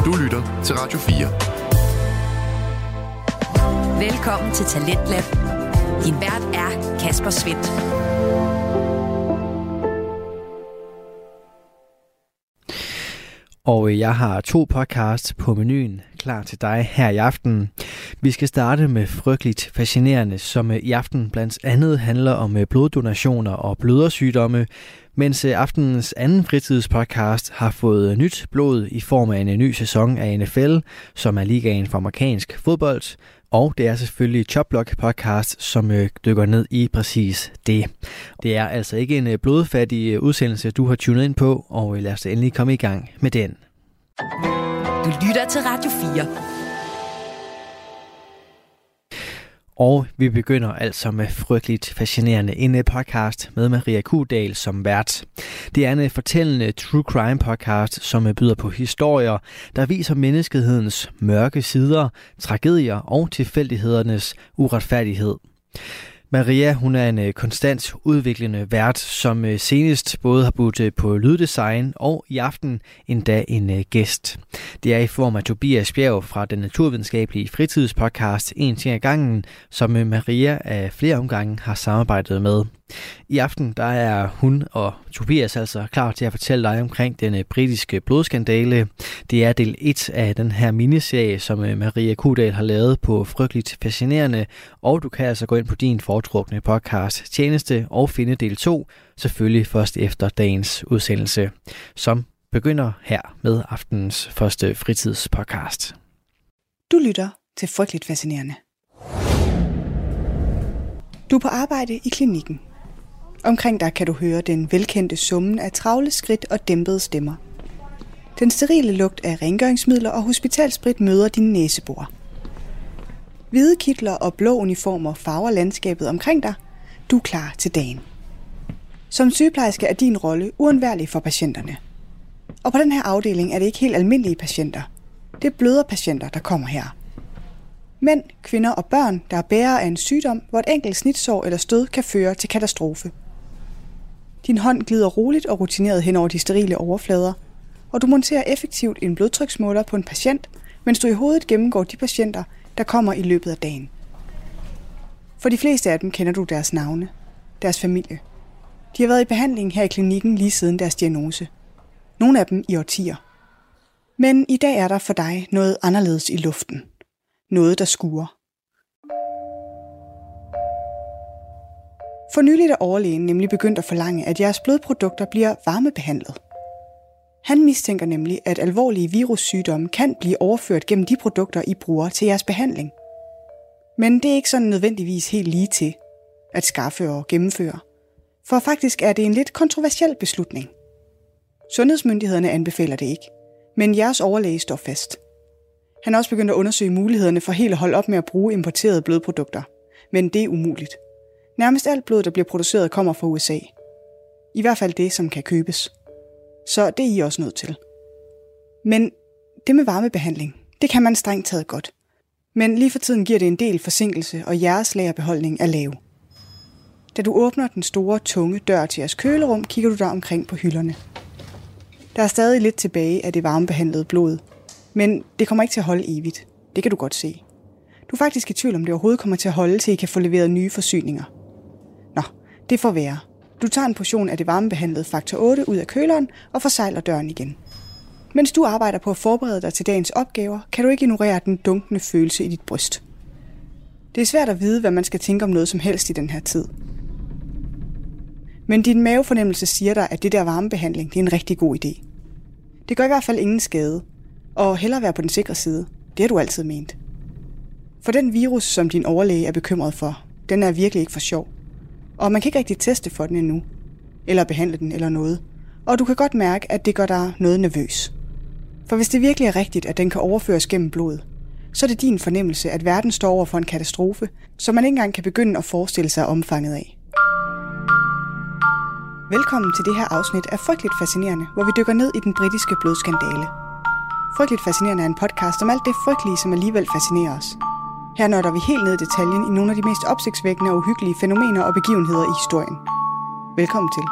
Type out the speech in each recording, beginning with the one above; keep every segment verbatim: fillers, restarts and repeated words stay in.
Du lytter til Radio fire. Velkommen til Talentlab. Din vært er Kasper Svendt. Og jeg har to podcasts på menuen klar til dig her i aften. Vi skal starte med Frygteligt Fascinerende, som i aften blandt andet handler om bloddonationer og blødersygdomme, mens aftenens anden fritidspodcast har fået nyt blod i form af en ny sæson af N F L, som er ligaen for amerikansk fodbold. Og det er selvfølgelig Chopblock podcast, som dykker ned i præcis det. Det er altså ikke en blodfattig udsendelse, du har tunet ind på, og lad os endelig komme i gang med den. Du lytter til Radio fire. Og vi begynder altså med Frygteligt Fascinerende, en podcast med Maria Kuhdal som vært. Det er en fortællende true crime podcast, som byder på historier, der viser menneskehedens mørke sider, tragedier og tilfældighedernes uretfærdighed. Maria, hun er en konstant udviklende vært, som senest både har budt på lyddesign og i aften endda en gæst. Det er i form af Tobias Bjerg fra den naturvidenskabelige fritidspodcast En ting ad gangen, som Maria af flere omgange har samarbejdet med. I aften der er hun og Tobias altså klar til at fortælle dig omkring den britiske blodskandale. Det er del et af den her miniserie, som Maria Kuhdal har lavet på Frygteligt Fascinerende, og du kan altså gå ind på din foretrukne podcast tjeneste og finde del to, selvfølgelig først efter dagens udsendelse, som begynder her med aftenens første fritidspodcast. Du lytter til Frygteligt Fascinerende. Du er på arbejde i klinikken. Omkring dig kan du høre den velkendte summen af travle skridt og dæmpede stemmer. Den sterile lugt af rengøringsmidler og hospitalsprit møder dine næsebor. Hvide kitler og blå uniformer farver landskabet omkring dig. Du er klar til dagen. Som sygeplejerske er din rolle uundværlig for patienterne. Og på den her afdeling er det ikke helt almindelige patienter. Det er bløderpatienter, der kommer her. Mænd, kvinder og børn, der er bærere af en sygdom, hvor et enkelt snitsår eller stød kan føre til katastrofe. Din hånd glider roligt og rutineret hen over de sterile overflader, og du monterer effektivt en blodtryksmåler på en patient, mens du i hovedet gennemgår de patienter, der kommer i løbet af dagen. For de fleste af dem kender du deres navne, deres familie. De har været i behandling her i klinikken lige siden deres diagnose. Nogle af dem i årtier. Men i dag er der for dig noget anderledes i luften. Noget, der skuer. For nyligt er overlægen nemlig begyndt at forlange, at jeres blodprodukter bliver varmebehandlet. Han mistænker nemlig, at alvorlige virussygdomme kan blive overført gennem de produkter, I bruger til jeres behandling. Men det er ikke sådan nødvendigvis helt lige til at skaffe og gennemføre. For faktisk er det en lidt kontroversiel beslutning. Sundhedsmyndighederne anbefaler det ikke, men jeres overlæge står fast. Han er også begyndt at undersøge mulighederne for helt at holde op med at bruge importerede blodprodukter. Men det er umuligt. Nærmest alt blod, der bliver produceret, kommer fra U S A. I hvert fald det, som kan købes. Så det er I også nødt til. Men det med varmebehandling, det kan man strengt taget godt. Men lige for tiden giver det en del forsinkelse, og jeres lagerbeholdning er lav. Da du åbner den store, tunge dør til jeres kølerum, kigger du der omkring på hylderne. Der er stadig lidt tilbage af det varmebehandlede blod. Men det kommer ikke til at holde evigt. Det kan du godt se. Du er faktisk i tvivl om det overhovedet kommer til at holde, til I kan få leveret nye forsyninger. Nå, det får være. Du tager en portion af det varmebehandlede faktor otte ud af køleren og forsegler døren igen. Mens du arbejder på at forberede dig til dagens opgaver, kan du ikke ignorere den dunkende følelse i dit bryst. Det er svært at vide, hvad man skal tænke om noget som helst i den her tid. Men din mavefornemmelse siger dig, at det der varmebehandling det er en rigtig god idé. Det gør i hvert fald ingen skade. Og hellere være på den sikre side. Det har du altid ment. For den virus, som din overlæge er bekymret for, den er virkelig ikke for sjov. Og man kan ikke rigtig teste for den endnu. Eller behandle den eller noget. Og du kan godt mærke, at det gør dig noget nervøs. For hvis det virkelig er rigtigt, at den kan overføres gennem blodet, så er det din fornemmelse, at verden står over for en katastrofe, som man ikke engang kan begynde at forestille sig omfanget af. Velkommen til det her afsnit af Frygteligt Fascinerende, hvor vi dykker ned i den britiske blodskandale. Frygteligt Fascinerende er en podcast om alt det frygtelige, som alligevel fascinerer os. Her nørder vi helt ned i detaljen i nogle af de mest opsigtsvækkende og uhyggelige fænomener og begivenheder i historien. Velkommen til.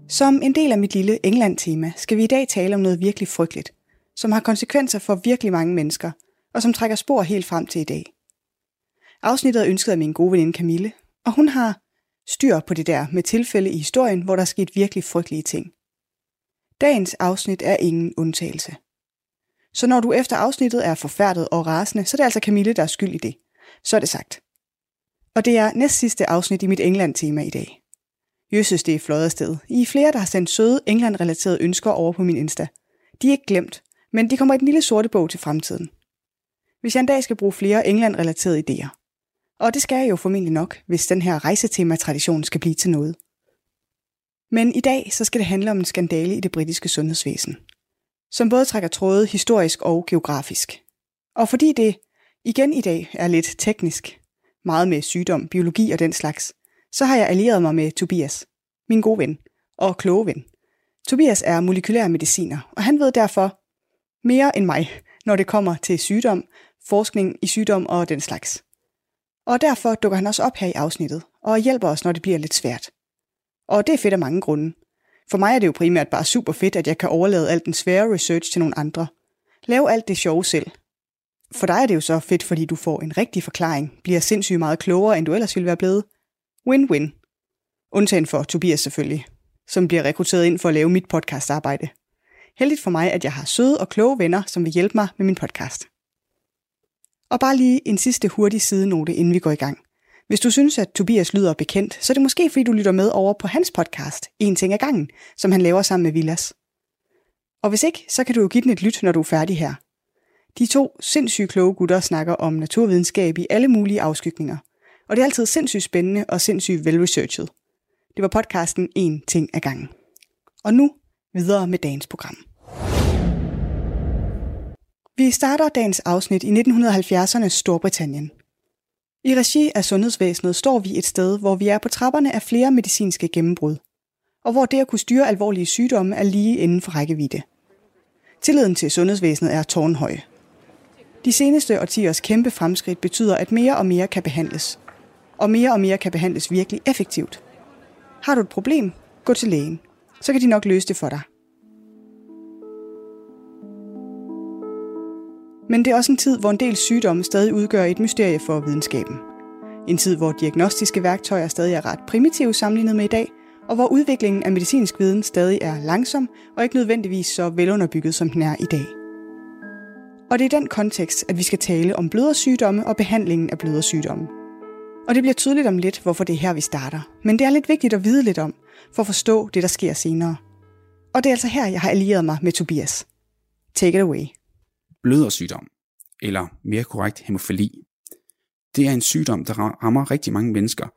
Som en del af mit lille England-tema skal vi i dag tale om noget virkelig frygteligt, som har konsekvenser for virkelig mange mennesker, og som trækker spor helt frem til i dag. Afsnittet er ønsket af min gode veninde Camille, og hun har styr på det der med tilfælde i historien, hvor der er sket virkelig frygtelige ting. Dagens afsnit er ingen undtagelse. Så når du efter afsnittet er forfærdet og rasende, så er det altså Camille, der er skyld i det. Så er det sagt. Og det er næst sidste afsnit i mit England-tema i dag. Jøsses, det er fløjet afsted. I er flere, der har sendt søde England-relaterede ønsker over på min Insta. De er ikke glemt, men de kommer i den lille sorte bog til fremtiden. Hvis jeg en dag skal bruge flere England-relaterede idéer. Og det skal jeg jo formentlig nok, hvis den her rejsetema-tradition skal blive til noget. Men i dag så skal det handle om en skandale i det britiske sundhedsvæsen, som både trækker tråde historisk og geografisk. Og fordi det igen i dag er lidt teknisk, meget med sygdom, biologi og den slags, så har jeg allieret mig med Tobias, min gode ven og kloge ven. Tobias er molekylær mediciner, og han ved derfor mere end mig, når det kommer til sygdom, forskning i sygdom og den slags. Og derfor dukker han også op her i afsnittet, og hjælper os, når det bliver lidt svært. Og det er fedt af mange grunde. For mig er det jo primært bare super fedt, at jeg kan overlade alt den svære research til nogle andre. Lav alt det sjove selv. For dig er det jo så fedt, fordi du får en rigtig forklaring, bliver sindssygt meget klogere, end du ellers ville være blevet. Win-win. Undtagen for Tobias selvfølgelig, som bliver rekrutteret ind for at lave mit podcastarbejde. Heldigt for mig, at jeg har søde og kloge venner, som vil hjælpe mig med min podcast. Og bare lige en sidste hurtig sidenote, inden vi går i gang. Hvis du synes, at Tobias lyder bekendt, så er det måske fordi du lytter med over på hans podcast, En ting ad gangen, som han laver sammen med Vilas. Og hvis ikke, så kan du jo give den et lyt, når du er færdig her. De to sindssygt kloge gutter snakker om naturvidenskab i alle mulige afskygninger. Og det er altid sindssygt spændende og sindssygt velresearchet. Det var podcasten En ting ad gangen. Og nu videre med dagens program. Vi starter dagens afsnit i nitten halvfjerdsernes Storbritannien. I regi af sundhedsvæsenet står vi et sted, hvor vi er på trapperne af flere medicinske gennembrud, og hvor det at kunne styre alvorlige sygdomme er lige inden for rækkevidde. Tilliden til sundhedsvæsenet er tårnhøj. De seneste årtiers kæmpe fremskridt betyder, at mere og mere kan behandles, og mere og mere kan behandles virkelig effektivt. Har du et problem? Gå til lægen. Så kan de nok løse det for dig. Men det er også en tid, hvor en del sygdomme stadig udgør et mysterie for videnskaben. En tid, hvor diagnostiske værktøjer stadig er ret primitive sammenlignet med i dag, og hvor udviklingen af medicinsk viden stadig er langsom og ikke nødvendigvis så velunderbygget, som den er i dag. Og det er i den kontekst, at vi skal tale om blødersygdomme og behandlingen af blødersygdomme. Og det bliver tydeligt om lidt, hvorfor det er her, vi starter. Men det er lidt vigtigt at vide lidt om, for at forstå det, der sker senere. Og det er altså her, jeg har allieret mig med Tobias. Take it away. Blødersygdom, eller mere korrekt hæmofili. Det er en sygdom, der rammer rigtig mange mennesker,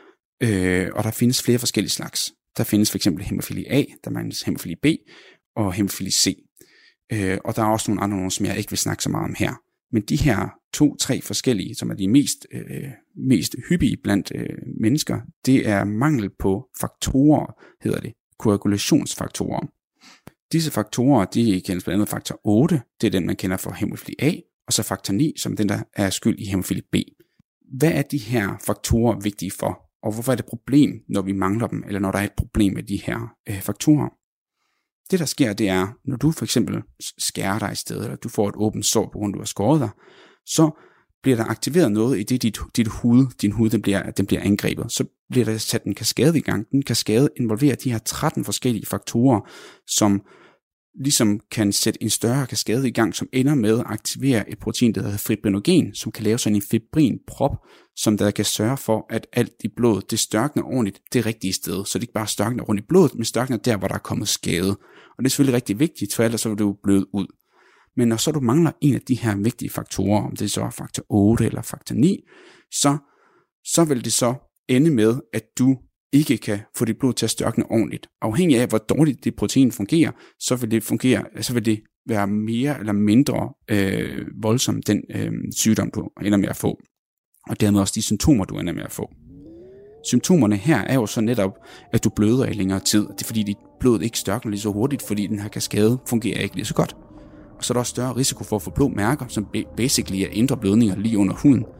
øh, og der findes flere forskellige slags. Der findes f.eks. hæmofili A, der findes hæmofili B og hæmofili C. Øh, og der er også nogle andre, nogle, som jeg ikke vil snakke så meget om her. Men de her to-tre forskellige, som er de mest, øh, mest hyppige blandt øh, mennesker, det er mangel på faktorer, hedder det, koagulationsfaktorer. Disse faktorer, de kendes blandt andet faktor otte, det er den, man kender for hæmofili A, og så faktor ni, som den, der er skyld i hæmofili B. Hvad er de her faktorer vigtige for, og hvorfor er det et problem, når vi mangler dem, eller når der er et problem med de her øh, faktorer? Det, der sker, det er, når du for eksempel skærer dig i stedet, eller du får et åbent sår, på grund af du har skåret dig, så bliver der aktiveret noget i det, dit, dit hud, din hud den bliver, den bliver angrebet. Så bliver der sat en kaskade i gang. Den kaskade involverer de her tretten forskellige faktorer, som ligesom kan sætte en større kaskade i gang, som ender med at aktivere et protein, der hedder fibrinogen, som kan lave sådan en fibrinprop, som der kan sørge for, at alt i blodet, det størkner ordentligt det rigtige sted. Så det ikke bare størkner rundt i blodet, men størkner der, hvor der er kommet skade. Og det er selvfølgelig rigtig vigtigt, for ellers så vil du bløde ud. Men når så du mangler en af de her vigtige faktorer, om det så er faktor otte eller faktor ni, så, så vil det så ende med, at du ikke kan få dit blod til at størkne ordentligt. Afhængig af, hvor dårligt det protein fungerer, så vil det fungere, så vil det være mere eller mindre øh, voldsom den øh, sygdom, du ender med at få. Og dermed også de symptomer, du ender med at få. Symptomerne her er jo så netop, at du bløder i længere tid. Det er fordi, dit blod ikke størkner lige så hurtigt, fordi den her kaskade fungerer ikke lige så godt. Og så er der også større risiko for at få blå mærker, som basically er indre blødninger lige under huden.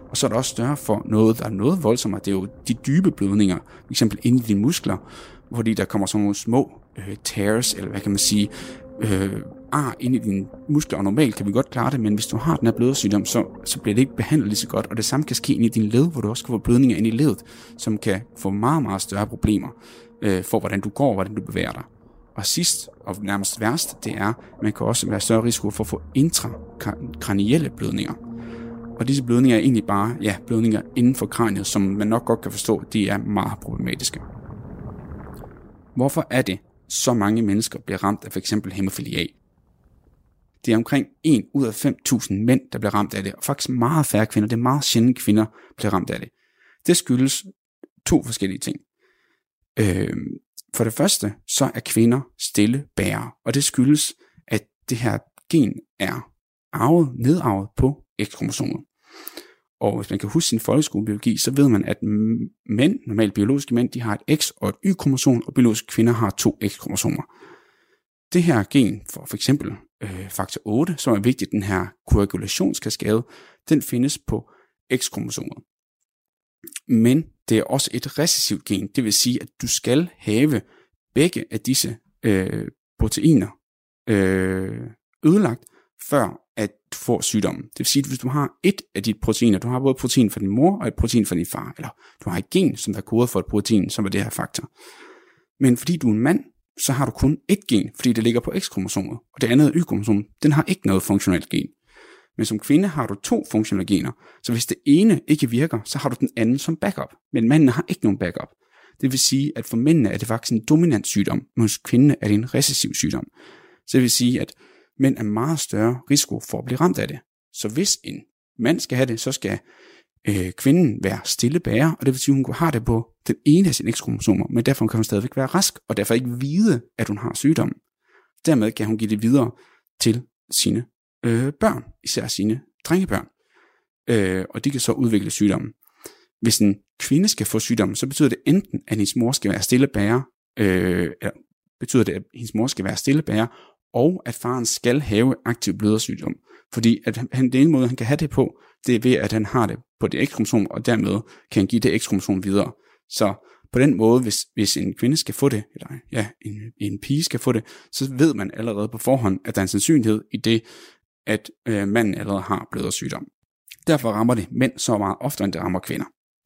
Og så er der også større for noget, der er noget voldsommere. Det er jo de dybe blødninger, f.eks. inde i dine muskler, fordi der kommer sådan nogle små øh, tears, eller hvad kan man sige, øh, ar inde i dine muskler, og normalt kan vi godt klare det, men hvis du har den her blødersygdom, så, så bliver det ikke behandlet lige så godt, og det samme kan ske inde i din led, hvor du også kan få blødninger inde i ledet, som kan få meget, meget større problemer øh, for, hvordan du går, hvordan du bevæger dig. Og sidst, og nærmest værst, det er, at man kan også være større risiko for at få intrakranielle blødninger. Og disse blødninger er egentlig bare, ja, blødninger inden for kraniet, som man nok godt kan forstå, de er meget problematiske. Hvorfor er det, så mange mennesker bliver ramt af f.eks. hæmofili A? Det er omkring en ud af fem tusind mænd, der bliver ramt af det, og faktisk meget færre kvinder. Det er meget sjældent, kvinder bliver ramt af det. Det skyldes to forskellige ting. Øh, for det første, så er kvinder stille bærere, og det skyldes, at det her gen er arvet, nedarvet på X-kromosomet. Og hvis man kan huske sin folkeskolebiologi, så ved man, at mænd, normalt biologiske mænd, de har et X og et Y-kromosom, og biologiske kvinder har to X-kromosomer. Det her gen for for eksempel øh, faktor otte, som er vigtigt, den her koagulationskaskade, den findes på X-kromosomet. Men det er også et recessivt gen, det vil sige, at du skal have begge af disse øh, proteiner øh, ødelagt, før at du får sygdommen. Det vil sige, at hvis du har et af de proteiner, du har både protein fra din mor og et protein fra din far, eller du har et gen, som er kodet for et protein, som er det her faktor. Men fordi du er en mand, så har du kun et gen, fordi det ligger på X-kromosomet, og det andet Y-kromosom, den har ikke noget funktionelt gen. Men som kvinde har du to funktionelle gener, så hvis det ene ikke virker, så har du den anden som backup. Men manden har ikke nogen backup. Det vil sige, at for mændene er det faktisk en dominant sygdom, men hos kvinderne er det en recessiv sygdom. Så det vil sige, at mænd er meget større risiko for at blive ramt af det. Så hvis en mand skal have det, så skal øh, kvinden være stille bærer, og det vil sige, at hun har det på den ene af sine X-kromosomer, men derfor kan hun stadigvæk være rask, og derfor ikke vide, at hun har sygdommen. Dermed kan hun give det videre til sine øh, børn, især sine drengebørn, øh, og de kan så udvikle sygdommen. Hvis en kvinde skal få sygdommen, så betyder det enten, at hendes mor skal være stille bærer, øh, eller betyder det, at hendes mor skal være stille bærer, og at faren skal have aktiv blødersygdom. Fordi at han, den ene måde, han kan have det på, det er ved, at han har det på det X-kromosom, og dermed kan han give det X-kromosom videre. Så på den måde, hvis, hvis en kvinde skal få det, eller ja, en, en pige skal få det, så ved man allerede på forhånd, at der er en sandsynlighed i det, at øh, manden allerede har blødersygdom. Derfor rammer det mænd så meget oftere, end det rammer kvinder.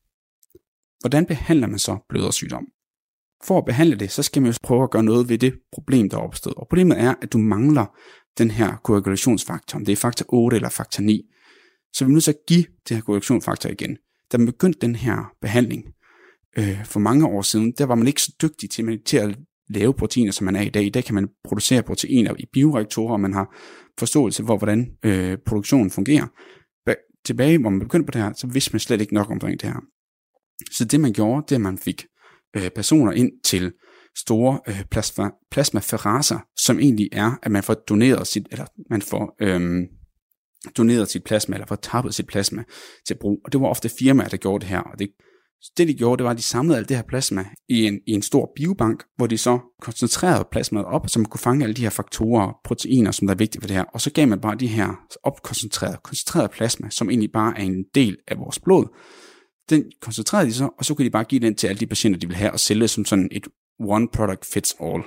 Hvordan behandler man så blødersygdom? For at behandle det, så skal man jo prøve at gøre noget ved det problem, der er opstået. Og problemet er, at du mangler den her koagulationsfaktor. Det er faktor otte eller faktor ni. Så vi er nødt til at give det her koagulationsfaktor igen. Da man begyndte den her behandling øh, for mange år siden, der var man ikke så dygtig til, til at lave proteiner, som man er i dag. I dag kan man producere proteiner i bioreaktorer, og man har forståelse for, hvordan øh, produktionen fungerer. Tilbage, hvor man begyndte på det her, så vidste man slet ikke nok omkring det her. Så det man gjorde, det er, at man fik øh, personer ind til store øh, plasma, plasmaferaser, som egentlig er, at man får doneret sit, eller man får øh, doneret sit plasma, eller får tappet sit plasma til brug. Og det var ofte firmaer, der gjorde det her. Og det, det de gjorde, det var, at de samlede alt det her plasma i en, i en stor biobank, hvor de så koncentrerede plasmaet op, så man kunne fange alle de her faktorer og proteiner, som der er vigtige for det her. Og så gav man bare de her opkoncentrerede, koncentrerede plasma, som egentlig bare er en del af vores blod. Den koncentrerede de så, og så kunne de bare give den til alle de patienter, de vil have, og sælge som sådan et one product fits all.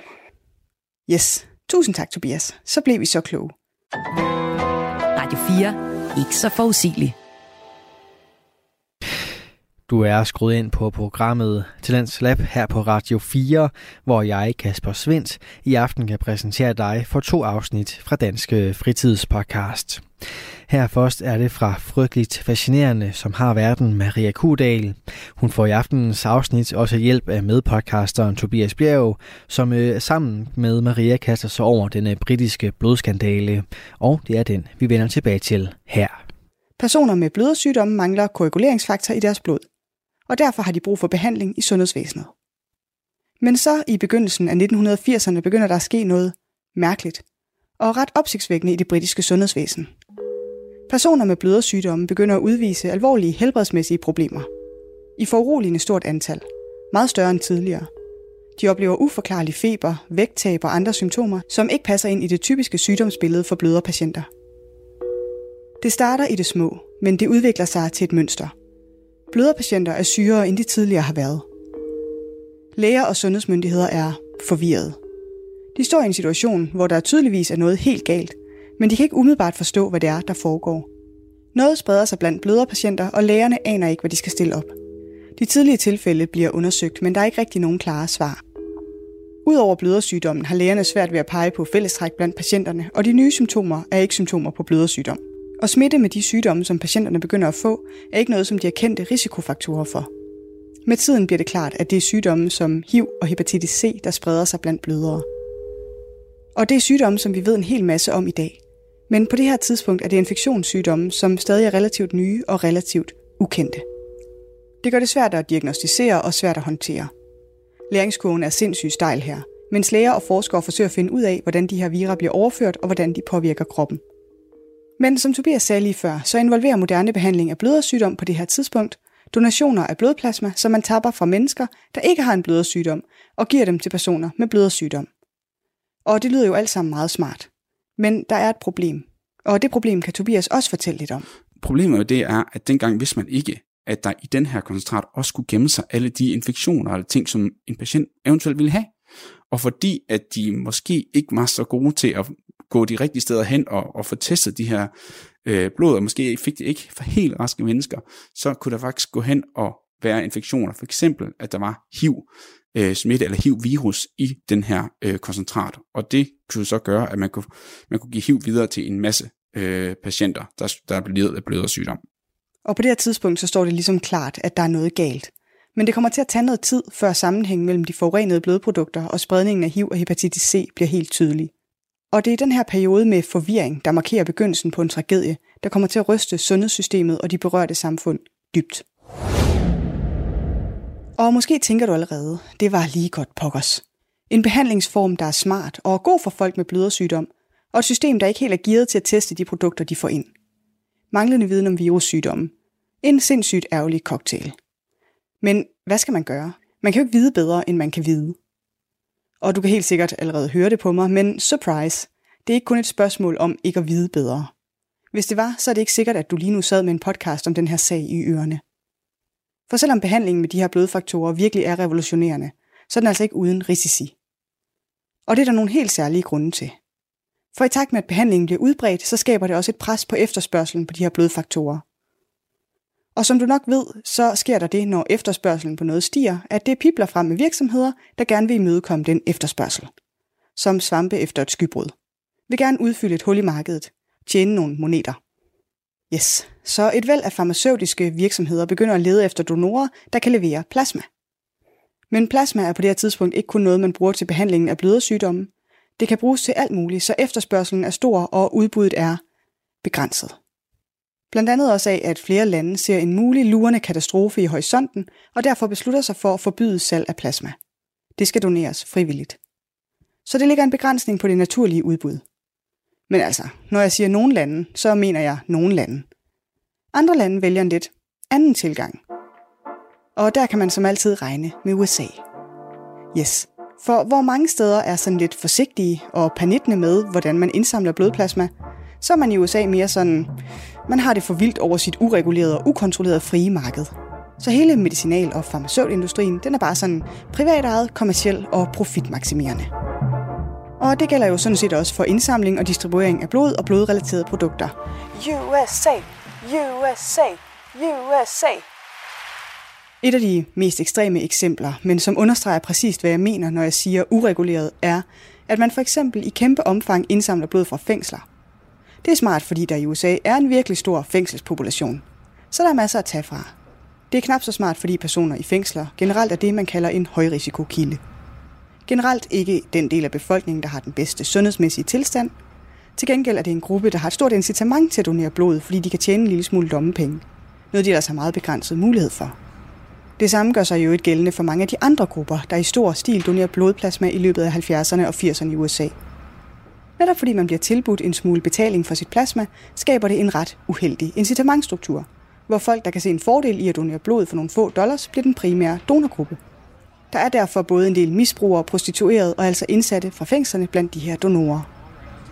Yes. Tusind tak, Tobias. Så blev vi så kloge. Radio fire. Ikke så forudsigelig. Du er skruet ind på programmet Talents Lab her på Radio fire, hvor jeg, Kasper Svendt, i aften kan præsentere dig for to afsnit fra Danske Fritidspodcast. Her først er det fra Frygteligt Fascinerende, som har verden Maria Kudal. Hun får i aftenens afsnit også hjælp af medpodcasteren Tobias Bjerg, som øh, sammen med Maria kaster sig over den britiske blodskandale. Og det er den, vi vender tilbage til her. Personer med blødersygdomme mangler koaguleringsfaktor i deres blod, og derfor har de brug for behandling i sundhedsvæsenet. Men så i begyndelsen af nitten firserne begynder der at ske noget mærkeligt og ret opsigtsvækkende i det britiske sundhedsvæsen. Personer med blødersygdomme begynder at udvise alvorlige helbredsmæssige problemer. I foruroligende stort antal, meget større end tidligere. De oplever uforklarlig feber, vægttab og andre symptomer, som ikke passer ind i det typiske sygdomsbillede for bløderpatienter. Det starter i det små, men det udvikler sig til et mønster. Bløderpatienter er sygere, end de tidligere har været. Læger og sundhedsmyndigheder er forvirrede. De står i en situation, hvor der tydeligvis er noget helt galt, men de kan ikke umiddelbart forstå, hvad det er, der foregår. Noget spreder sig blandt bløderpatienter, og lægerne aner ikke, hvad de skal stille op. De tidlige tilfælde bliver undersøgt, men der er ikke rigtig nogen klare svar. Udover blødersygdommen har lægerne svært ved at pege på fællestræk blandt patienterne, og de nye symptomer er ikke symptomer på blødersygdom. Og smitte med de sygdomme, som patienterne begynder at få, er ikke noget, som de har kendte risikofaktorer for. Med tiden bliver det klart, at det er sygdomme som H I V og hepatitis C, der spreder sig blandt blødere. Og det er sygdomme, som vi ved en hel masse om i dag. Men på det her tidspunkt er det infektionssygdomme, som stadig er relativt nye og relativt ukendte. Det gør det svært at diagnostisere og svært at håndtere. Læringskurven er sindssygt stejl her, mens læger og forskere forsøger at finde ud af, hvordan de her vira bliver overført og hvordan de påvirker kroppen. Men som Tobias sagde lige før, så involverer moderne behandling af blødersygdom på det her tidspunkt donationer af blodplasma, som man tapper fra mennesker, der ikke har en blødersygdom, og giver dem til personer med blødersygdom. Og det lyder jo alt sammen meget smart. Men der er et problem, og det problem kan Tobias også fortælle lidt om. Problemet jo det er, at dengang vidste man ikke, at der i den her koncentrat også skulle gemme sig alle de infektioner eller ting, som en patient eventuelt ville have. Og fordi at de måske ikke var så gode til at gå de rigtige steder hen og, og få testet de her øh, blod, og måske fik det ikke for helt raske mennesker, så kunne der faktisk gå hen og være infektioner. For eksempel, at der var H I V-smitte øh, eller H I V-virus i den her øh, koncentrat. Og det kunne så gøre, at man kunne, man kunne give H I V videre til en masse øh, patienter, der, der er blevet af blødersygdom. Og på det her tidspunkt, så står det ligesom klart, at der er noget galt. Men det kommer til at tage noget tid, før sammenhængen mellem de forurenede blodprodukter og spredningen af H I V og hepatitis C bliver helt tydelig. Og det er den her periode med forvirring, der markerer begyndelsen på en tragedie, der kommer til at ryste sundhedssystemet og de berørte samfund dybt. Og måske tænker du allerede, det var lige godt pokkers. En behandlingsform, der er smart og god for folk med blødersygdom, og et system, der ikke helt er gearet til at teste de produkter, de får ind. Manglende viden om virussygdomme. En sindssygt ærgerlig cocktail. Men hvad skal man gøre? Man kan jo ikke vide bedre, end man kan vide. Og du kan helt sikkert allerede høre det på mig, men surprise, det er ikke kun et spørgsmål om ikke at vide bedre. Hvis det var, så er det ikke sikkert, at du lige nu sad med en podcast om den her sag i ørerne. For selvom behandlingen med de her blodfaktorer virkelig er revolutionerende, så er den altså ikke uden risici. Og det er der nogle helt særlige grunde til. For i takt med, at behandlingen bliver udbredt, så skaber det også et pres på efterspørgselen på de her blodfaktorer. Og som du nok ved, så sker der det, når efterspørgselen på noget stiger, at det pibler frem med virksomheder, der gerne vil imødekomme den efterspørgsel. Som svampe efter et skybrud. Vil gerne udfylde et hul i markedet. Tjene nogle moneter. Yes, så et væld af farmaceutiske virksomheder begynder at lede efter donorer, der kan levere plasma. Men plasma er på det her tidspunkt ikke kun noget, man bruger til behandlingen af blødersygdomme. Det kan bruges til alt muligt, så efterspørgselen er stor, og udbuddet er begrænset. Blandt andet også af, at flere lande ser en mulig lurende katastrofe i horisonten, og derfor beslutter sig for at forbyde salg af plasma. Det skal doneres frivilligt. Så det ligger en begrænsning på det naturlige udbud. Men altså, når jeg siger nogen lande, så mener jeg nogen lande. Andre lande vælger en lidt anden tilgang. Og der kan man som altid regne med U S A. Yes, for hvor mange steder er sådan lidt forsigtige og panittende med, hvordan man indsamler blodplasma, så er man i U S A mere sådan, man har det for vildt over sit uregulerede og ukontrollerede frie marked. Så hele medicinal- og farmaceutindustrien, den er bare sådan privatejet, kommerciel og profitmaksimerende. Og det gælder jo sådan set også for indsamling og distribuering af blod og blodrelaterede produkter. U S A, U S A, U S A. Et af de mest ekstreme eksempler, men som understreger præcist, hvad jeg mener, når jeg siger ureguleret, er, at man for eksempel i kæmpe omfang indsamler blod fra fængsler. Det er smart, fordi der i U S A er en virkelig stor fængselspopulation. Så der er masser at tage fra. Det er knap så smart, fordi personer i fængsler generelt er det, man kalder en højrisikokilde. Generelt ikke den del af befolkningen, der har den bedste sundhedsmæssige tilstand. Til gengæld er det en gruppe, der har et stort incitament til at donere blod, fordi de kan tjene en lille smule lommepenge. Noget de ellers har meget begrænset mulighed for. Det samme gør sig jo et gældende for mange af de andre grupper, der i stor stil donerer blodplasma i løbet af halvfjerdserne og firserne i U S A. Netop fordi man bliver tilbudt en smule betaling for sit plasma, skaber det en ret uheldig incitamentstruktur, hvor folk, der kan se en fordel i at donere blod for nogle få dollars, bliver den primære donorgruppe. Der er derfor både en del misbrugere, prostituerede og altså indsatte fra fængslerne blandt de her donorer.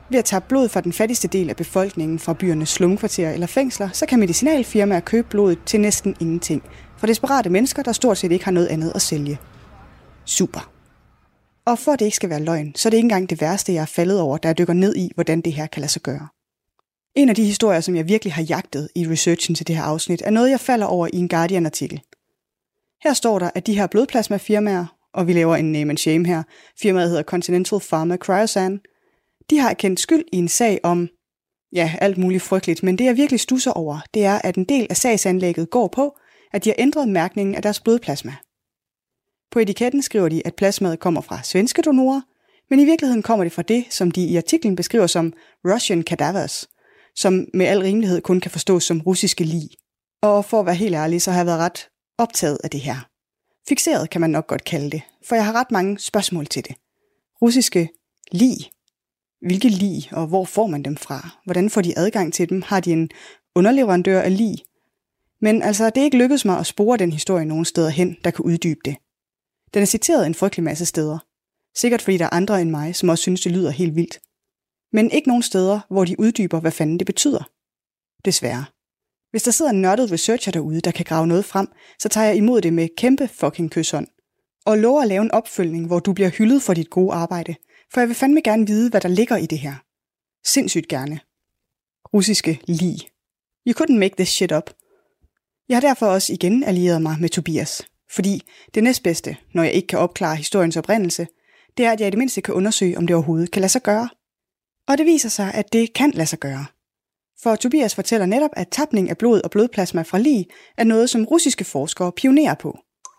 Ved at tage blod fra den fattigste del af befolkningen fra byernes slumkvarterer eller fængsler, så kan medicinalfirmaer købe blodet til næsten ingenting. For desperate mennesker, der stort set ikke har noget andet at sælge. Super. Og for at det ikke skal være løgn, så er det ikke engang det værste, jeg er faldet over, da jeg dykker ned i, hvordan det her kan lade sig gøre. En af de historier, som jeg virkelig har jagtet i researchen til det her afsnit, er noget, jeg falder over i en Guardian-artikel. Her står der, at de her blodplasmafirmaer, og vi laver en name and shame her, firmaet hedder Continental Pharma Cryosan, de har erkendt skyld i en sag om, ja, alt muligt frygteligt, men det jeg virkelig stusser over, det er, at en del af sagsanlægget går på, at de har ændret mærkningen af deres blodplasma. På etiketten skriver de, at plasmaet kommer fra svenske donorer, men i virkeligheden kommer det fra det, som de i artiklen beskriver som Russian cadavers, som med al rimelighed kun kan forstås som russiske lig. Og for at være helt ærlig, så har jeg været ret optaget af det her. Fikseret kan man nok godt kalde det, for jeg har ret mange spørgsmål til det. Russiske lig. Hvilke lig, og hvor får man dem fra? Hvordan får de adgang til dem? Har de en underleverandør af lig? Men altså, det er ikke lykkedes mig at spore den historie nogen steder hen, der kan uddybe det. Den er citeret en frygtelig masse steder. Sikkert fordi der er andre end mig, som også synes, det lyder helt vildt. Men ikke nogen steder, hvor de uddyber, hvad fanden det betyder. Desværre. Hvis der sidder en nørdet researcher derude, der kan grave noget frem, så tager jeg imod det med kæmpe fucking kyshånd. Og lover at lave en opfølgning, hvor du bliver hyldet for dit gode arbejde. For jeg vil fandme gerne vide, hvad der ligger i det her. Sindssygt gerne. Russiske lig. You couldn't make this shit up. Jeg har derfor også igen allieret mig med Tobias. Fordi det næstbedste, når jeg ikke kan opklare historiens oprindelse, det er, at jeg i det mindste kan undersøge, om det overhovedet kan lade sig gøre. Og det viser sig, at det kan lade sig gøre. For Tobias fortæller netop, at tapning af blod og blodplasma fra lig er noget, som russiske forskere pionerer på.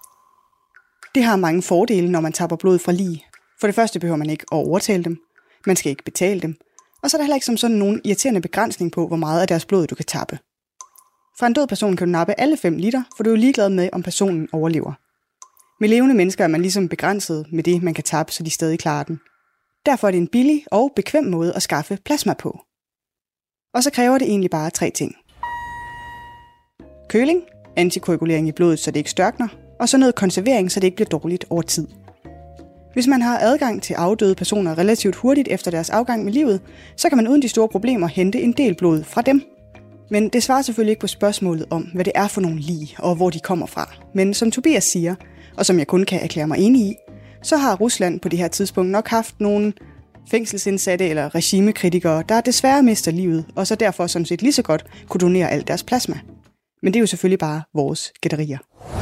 Det har mange fordele, når man tapper blod fra lig. For det første behøver man ikke at overtale dem. Man skal ikke betale dem. Og så er der heller ikke som sådan nogen irriterende begrænsning på, hvor meget af deres blod du kan tappe. Fra en død person kan du nappe alle fem liter, for du er jo ligeglad med, om personen overlever. Med levende mennesker er man ligesom begrænset med det, man kan tappe, så de stadig klarer den. Derfor er det en billig og bekvem måde at skaffe plasma på. Og så kræver det egentlig bare tre ting. Køling, antikoagulering i blodet, så det ikke størkner, og så noget konservering, så det ikke bliver dårligt over tid. Hvis man har adgang til afdøde personer relativt hurtigt efter deres afgang med livet, så kan man uden de store problemer hente en del blod fra dem. Men det svarer selvfølgelig ikke på spørgsmålet om, hvad det er for nogle lig, og hvor de kommer fra. Men som Tobias siger, og som jeg kun kan erklære mig enig i, så har Rusland på det her tidspunkt nok haft nogle fængselsindsatte eller regimekritikere, der desværre mister livet, og så derfor sådan set lige så godt kunne donere alt deres plasma. Men det er jo selvfølgelig bare vores gætterier.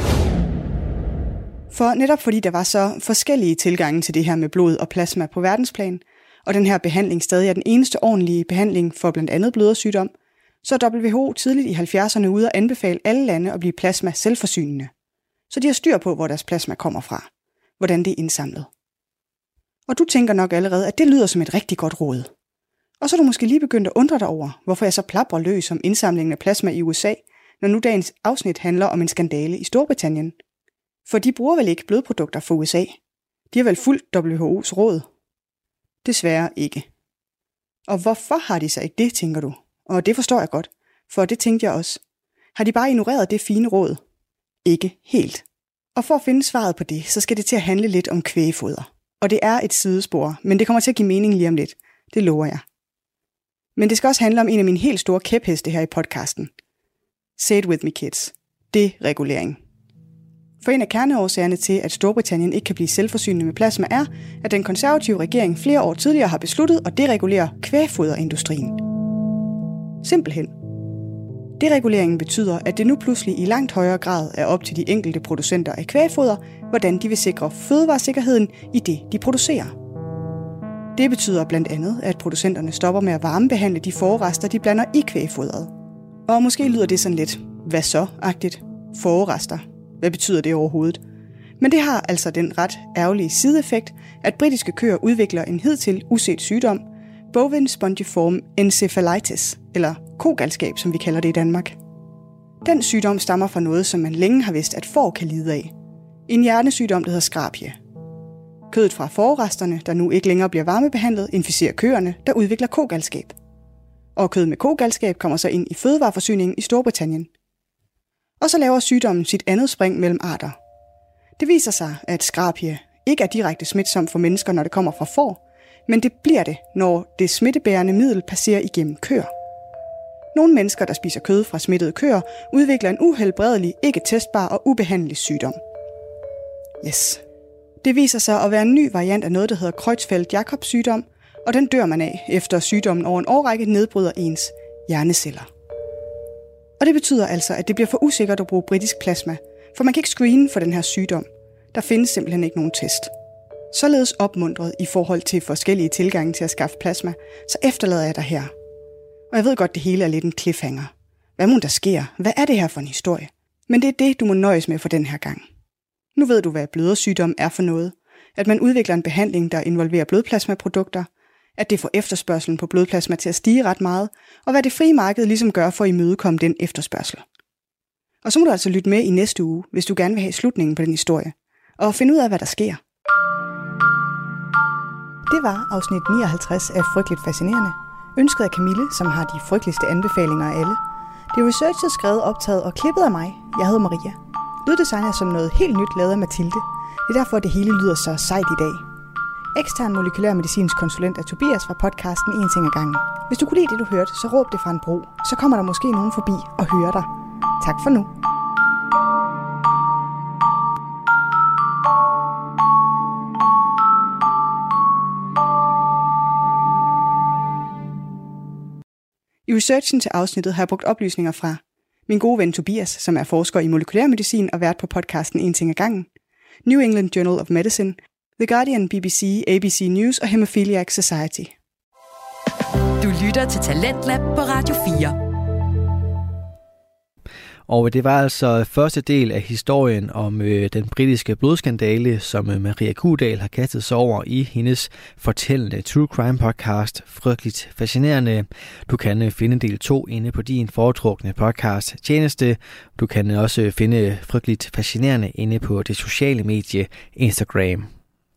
For netop fordi der var så forskellige tilgange til det her med blod og plasma på verdensplan, og den her behandling stadig er den eneste ordentlige behandling for blandt andet blødersygdom, så er W H O tidligt i halvfjerdserne ude og anbefale alle lande at blive plasma selvforsynende. Så de har styr på, hvor deres plasma kommer fra. Hvordan det er indsamlet. Og du tænker nok allerede, at det lyder som et rigtig godt råd. Og så er du måske lige begyndt at undre dig over, hvorfor jeg så plaprer løs om indsamlingen af plasma i U S A, når nu dagens afsnit handler om en skandale i Storbritannien. For de bruger vel ikke blodprodukter fra U S A? De har vel fulgt W H O's råd? Desværre ikke. Og hvorfor har de så ikke det, tænker du? Og det forstår jeg godt, for det tænkte jeg også. Har de bare ignoreret det fine råd? Ikke helt. Og for at finde svaret på det, så skal det til at handle lidt om kvægefoder. Og det er et sidespor, men det kommer til at give mening lige om lidt. Det lover jeg. Men det skal også handle om en af mine helt store kæpheste her i podcasten. Say it with me, kids. Deregulering. For en af kerneårsagerne til, at Storbritannien ikke kan blive selvforsynende med plasma, er, at den konservative regering flere år tidligere har besluttet at deregulere kvægfoderindustrien. Simpelthen. Dereguleringen betyder, at det nu pludselig i langt højere grad er op til de enkelte producenter af kvægfoder, hvordan de vil sikre fødevaresikkerheden i det, de producerer. Det betyder blandt andet, at producenterne stopper med at varmebehandle de forrester, de blander i kvægfodret. Og måske lyder det sådan lidt, hvad så-agtigt? Forrester. Hvad betyder det overhovedet? Men det har altså den ret ærgerlige sideeffekt, at britiske køer udvikler en hidtil uset sygdom, bovine spongiform encephalitis, eller kogalskab, som vi kalder det i Danmark. Den sygdom stammer fra noget, som man længe har vidst, at får kan lide af. En hjernesygdom, der hedder skrabie. Kødet fra forresterne, der nu ikke længere bliver varmebehandlet, inficerer køerne, der udvikler kogalskab. Og kød med kogalskab kommer så ind i fødevareforsyningen i Storbritannien. Og så laver sygdommen sit andet spring mellem arter. Det viser sig, at skrabie ikke er direkte smitsom for mennesker, når det kommer fra får, Men det bliver det, når det smittebærende middel passerer igennem køer. Nogle mennesker, der spiser kød fra smittede køer, udvikler en uhelbredelig, ikke testbar og ubehandelig sygdom. Yes. Det viser sig at være en ny variant af noget, der hedder Creutzfeldt-Jakob sygdom, og den dør man af, efter sygdommen over en årrække nedbryder ens hjerneceller. Og det betyder altså, at det bliver for usikkert at bruge britisk plasma, for man kan ikke screene for den her sygdom. Der findes simpelthen ikke nogen test. Således opmuntret i forhold til forskellige tilgange til at skaffe plasma, så efterlader jeg dig her. Og jeg ved godt, det hele er lidt en cliffhanger. Hvad må der sker? Hvad er det her for en historie? Men det er det, du må nøjes med for den her gang. Nu ved du, hvad blødersygdom er for noget. At man udvikler en behandling, der involverer blodplasmaprodukter. At det får efterspørgselen på blodplasma til at stige ret meget. Og hvad det frie marked ligesom gør for at imødekomme den efterspørgsel. Og så må du altså lytte med i næste uge, hvis du gerne vil have slutningen på den historie. Og finde ud af, hvad der sker. Det var afsnit nioghalvtreds af Frygteligt Fascinerende. Ønsket af Camille, som har de frygteligste anbefalinger af alle. Det er researchet, skrevet, optaget og klippet af mig. Jeg hedder Maria. Lyddesign er som noget helt nyt lavet af Mathilde. Det er derfor, det hele lyder så sejt i dag. Ekstern molekylær medicinsk konsulent er Tobias fra podcasten En ting ad gangen. Hvis du kunne lide det, du hørte, så råb det fra en bro. Så kommer der måske nogen forbi og hører dig. Tak for nu. I researchen til afsnittet har jeg brugt oplysninger fra min gode ven Tobias, som er forsker i molekylærmedicin og vært på podcasten En ting ad gangen, New England Journal of Medicine, The Guardian, B B C, A B C News og Hemophiliac Society. Du lytter til Talentlab på Radio fire. Og det var altså første del af historien om øh, den britiske blodskandale, som øh, Maria Kuhdal har kastet sig over i hendes fortællende True Crime podcast, Frygteligt Fascinerende. Du kan øh, finde del to inde på din foretrukne podcast tjeneste. Du kan øh, også finde Frygteligt Fascinerende inde på det sociale medie Instagram.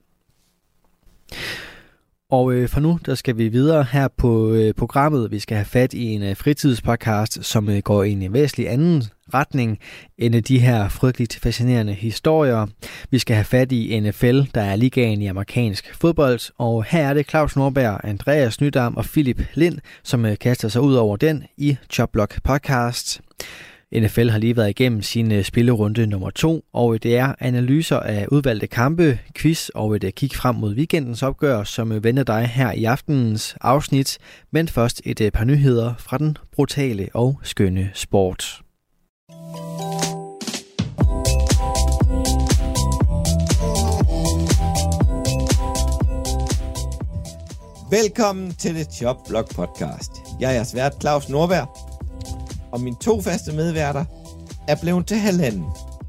Og øh, for nu, der skal vi videre her på øh, programmet. Vi skal have fat i en øh, fritidspodcast, som øh, går i en væsentlig anden retning end de her frygteligt fascinerende historier. Vi skal have fat i N F L, der er ligaen i amerikansk fodbold, og her er det Claus Norberg, Andreas Nydam og Philip Lind, som øh, kaster sig ud over den i Chopblock podcast. N F L har lige været igennem sin spillerunde nummer to, og det er analyser af udvalgte kampe, quiz og et kig frem mod weekendens opgør, som venter dig her i aftenens afsnit. Men først et par nyheder fra den brutale og skønne sport. Velkommen til det Chopblock podcast. Jeg er jeres vært Claus Norberg. Og mine to faste medværter er blevet til halvanden.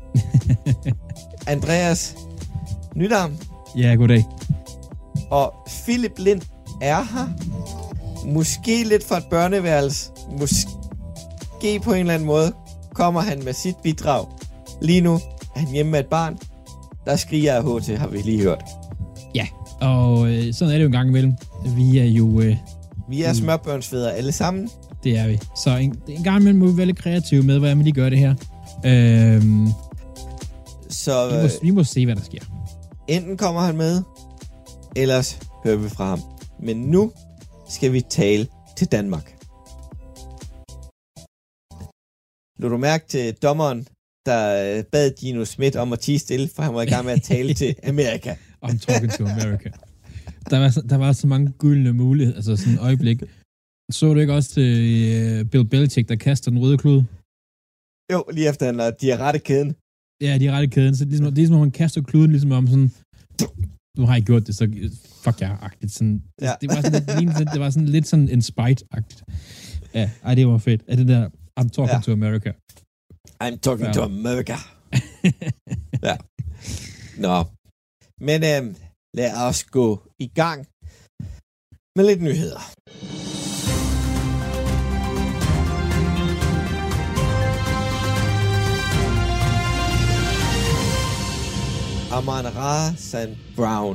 Andreas Nydam. Ja, goddag. Og Philip Lind er her. Måske lidt fra et børneværelse. Måske på en eller anden måde kommer han med sit bidrag. Lige nu er han hjemme med et barn, der skriger af H T, har vi lige hørt. Ja, og øh, sådan er det jo en gang imellem. Vi er jo... Øh, vi er smørbørnsfædre alle sammen. Det er vi. Så en, en gang imellem må vi være lidt kreative med, hvordan vi lige gør det her. Øhm, så vi må, vi må se, hvad der sker. Enten kommer han med, ellers hører vi fra ham. Men nu skal vi tale til Danmark. Lå du mærke til dommeren, der bad Gino Schmidt om at tie stille, for han var i gang med at tale til Amerika. I'm talking to America. Der var, der var så mange gyldne muligheder, altså sådan et øjeblik. Så du ikke også til uh, Bill Belichick, der kaster den røde klud? Jo, lige efter han har de har rettet kæden. Ja, de har rettet kæden. Så det er ligesom, det er ligesom, man kaster kluden, ligesom om sådan, nu har jeg gjort det, så fuck jer-agtigt. Sådan, ja. det, var sådan, det var sådan lidt sådan en spite-agtigt. Ja, ej, det var fedt. Er det der, I'm talking ja. to America. I'm talking ja. to America. Ja. Nå. Men øhm, lad os gå i gang med lidt nyheder. Amon-Ra Saint Brown.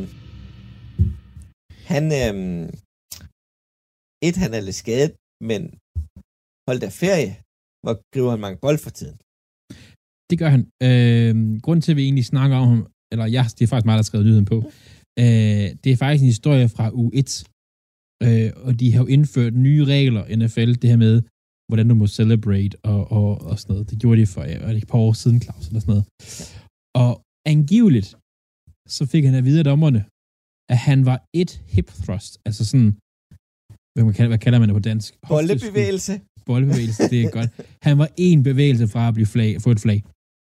Han, øhm, et, han er lidt skadet, men hold da ferie, hvor griber han mange bold for tiden. Det gør han. Øh, grunden til, at vi egentlig snakker om ham, eller ja, det er faktisk mig, der har skrevet nyheden på, Øh, det er faktisk en historie fra uge et, øh, og de har jo indført nye regler i N F L, det her med, hvordan du må celebrate og, og, og sådan noget. Det gjorde de for ja, et par år siden, Claus, eller sådan noget. Og angiveligt, så fik han at vide af dommerne, at han var et hip thrust, altså sådan, hvad, man kalder, hvad kalder man det på dansk? Bollebevægelse. Bollebevægelse, det er godt. Han var en bevægelse fra at blive flag, få et flag.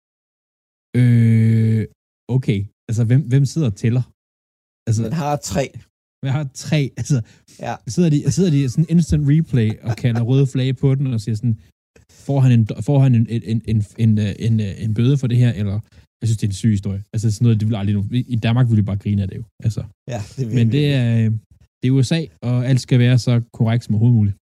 Øh, okay, altså hvem, hvem sidder og tæller? Altså, Man har tre. Jeg har tre, altså, ja. sidder de, sidder de sådan instant replay og kalder røde flag på den, og siger sådan, får han en, får han en, en, en, en, en, en bøde for det her, eller, jeg synes, det er en syg historie. Altså sådan noget, det vil aldrig nu, i Danmark ville vi bare grine af det jo, altså. Ja, det vil Men det er, det er U S A, og alt skal være så korrekt som overhovedet muligt.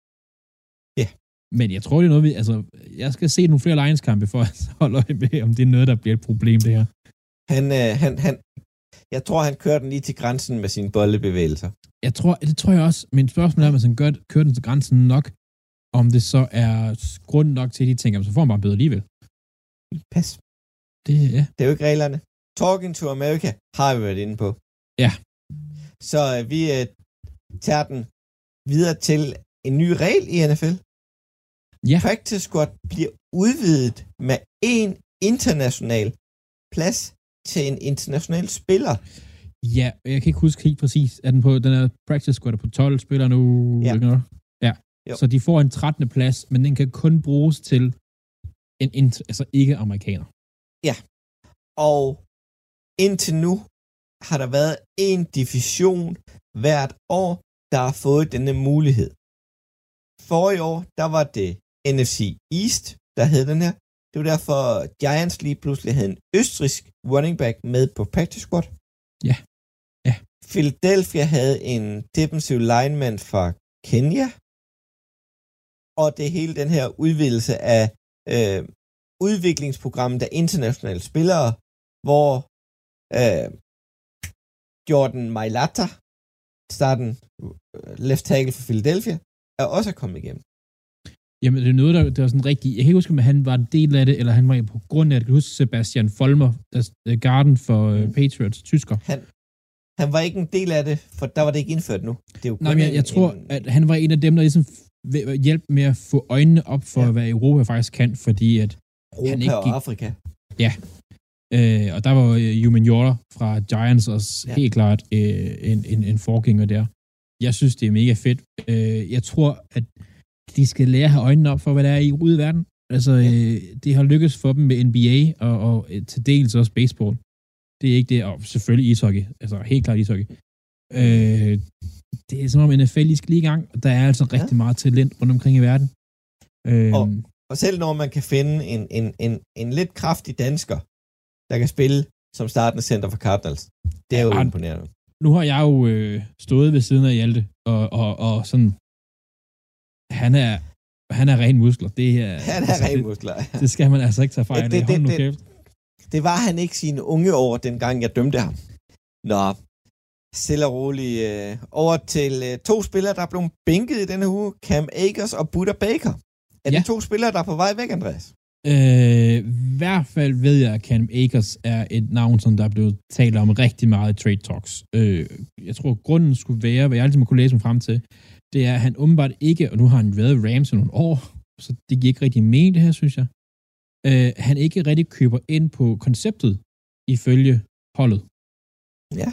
Ja. Men jeg tror, det er noget, vi, altså, jeg skal se nogle flere Lions-kampe, for at holde øje med, om det er noget, der bliver et problem, det her. Han, øh, han, han, jeg tror, han kører den lige til grænsen med sine bollebevægelser. Jeg tror, det tror jeg også, men spørgsmålet er, om han gør, kører den til grænsen nok, om det så er grund nok til, at de tænker, så får man bare bøde alligevel. Pas. Det, ja. det er jo ikke reglerne. Talking to America har vi været inde på. Ja. Så øh, vi øh, tager den videre til en ny regel i N F L. Ja. Practice squad bliver udvidet med en international plads til en international spiller. Ja, jeg kan ikke huske helt præcis. Er den på den her practice squad på tolv spillere nu? Ja. Ja. Så de får en trettende plads, men den kan kun bruges til en, en altså ikke-amerikaner. Ja. Og indtil nu har der været en division hvert år, der har fået denne mulighed. Forrige år, der var det N F C East, der hed den her. Det var derfor, Giants lige pludselig havde en østrigsk running back med på practice squad. Ja. Ja. Philadelphia havde en defensive lineman fra Kenya. Og det hele den her udvidelse af øh, udviklingsprogrammet af internationale spillere, hvor øh, Jordan Mailata, starten left tackle for Philadelphia, er også kommet igennem. Jamen, det er noget, der, der var sådan rigtig... Jeg kan ikke huske, om han var en del af det, eller han var på grund af det. Jeg kan huske Sebastian Vollmer, der er garden for mm. uh, Patriots, tysker. Han, han var ikke en del af det, for der var det ikke indført nu. Det er jo Nej, men jeg, jeg en, tror, at han var en af dem, der ligesom hjælp med at få øjnene op for, ja. hvad Europa faktisk kan, fordi at Europa han ikke og gik... Afrika. Ja. Øh, og der var uh, Human Yorker fra Giants også ja. helt klart uh, en, en, en forgænger der. Jeg synes, det er mega fedt. Uh, jeg tror, at de skal lære at have øjnene op for, hvad der er i ude i verden. Altså, ja. øh, det har lykkes for dem med N B A og, og til dels også baseball. Det er ikke det, og selvfølgelig ishockey. Altså, helt klart ishockey. Øh, det er som om N F L, de skal lige i gang. Der er altså rigtig ja. meget talent rundt omkring i verden. Øh, og, og selv når man kan finde en, en, en, en lidt kraftig dansker, der kan spille som startende center for Cardinals, det er jo ja, imponerende. Nu har jeg jo øh, stået ved siden af Hjalte, og, og, og sådan Han er, han er ren muskler. Det er, han er altså, ren det, muskler. Det skal man altså ikke tage fejl af. Det, det, det, det, det var han ikke sine unge år, dengang jeg dømte ham. Nå, stille og roligt. Øh, over til øh, to spillere, der er blevet bænket i denne uge. Cam Akers og Budda Baker. Er ja. det to spillere, der er på vej væk, Andreas? Øh, I hvert fald ved jeg, at Cam Akers er et navn, som der er blevet talt om rigtig meget i trade talks. Øh, jeg tror, grunden skulle være, hvad jeg altid må kunne læse mig frem til, det er, at han åbenbart ikke, og nu har han været Rams i nogle år, så det giver ikke rigtig mening, det her, synes jeg. Øh, han ikke rigtig køber ind på konceptet, ifølge holdet. Ja.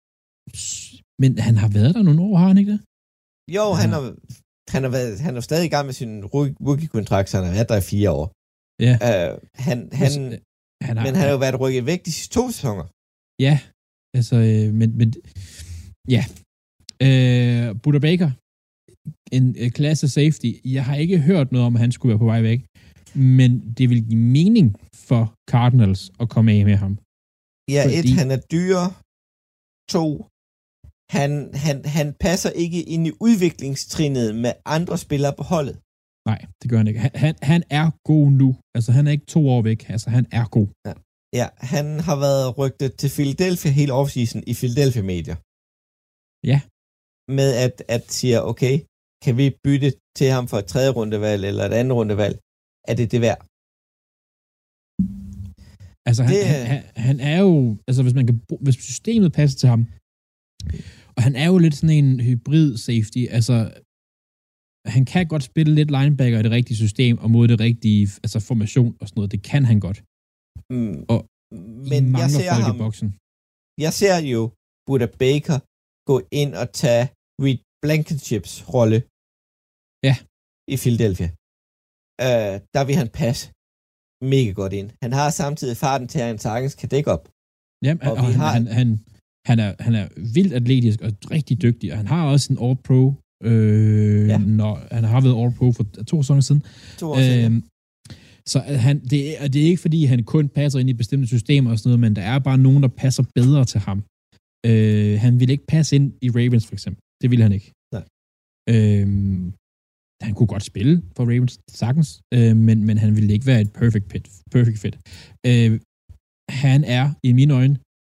Men han har været der nogle år, har han ikke det? Jo, ja. han, har, han, har været, han er stadig i gang med sin rookie-kontrakt, så han har været der i fire år. Ja. Øh, han, han, han har, men han har jo været rykket væk de sidste to sæsoner. Ja, altså, øh, men, men ja. Øh, Budda Baker, en uh, klasse safety. Jeg har ikke hørt noget om, at han skulle være på vej væk, men det vil give mening for Cardinals at komme af med ham. Ja, fordi... et, han er dyr. To, han, han, han passer ikke ind i udviklingstrinnet med andre spillere på holdet. Nej, det gør han ikke. Han, han, han er god nu. Altså, han er ikke to år væk. Altså, han er god. Ja, ja han har været rygtet til Philadelphia hele offseason i Philadelphia-medier. Ja. Med at, at siger, okay, kan vi bytte til ham for et tredje rundevalg eller et andet rundevalg? Er det det værd? Altså, han, Det- han, han, han er jo, altså hvis man kan, bru- hvis systemet passer til ham, og han er jo lidt sådan en hybrid safety, altså, han kan godt spille lidt linebacker i det rigtige system, og mod det rigtige, altså formation og sådan noget, det kan han godt. Mm, Og men I jeg mangler ser folk ham, i boksen. jeg ser jo Buda Baker gå ind og tage Reed Blankenship's rolle Ja. i Philadelphia. Uh, der vil han passe mega godt ind. Han har samtidig farten til, at han sagtens kan dække op. Jamen, Og og, og vi han, har- han, han, han, er, han er vildt atletisk og rigtig dygtig, og han har også en All-Pro, øh, Ja. ja. når han har været All-Pro for to sæsoner siden. To år siden. Øhm, så at han, det, er, og det er ikke, fordi han kun passer ind i bestemte systemer og sådan noget, men der er bare nogen, der passer bedre til ham. Øh, han ville ikke passe ind i Ravens, for eksempel. Det ville han ikke. Nej. Øhm, han kunne godt spille for Ravens, sagtens, øh, men, men han ville ikke være et perfect fit. Perfect fit. Øh, han er, i mine øjne,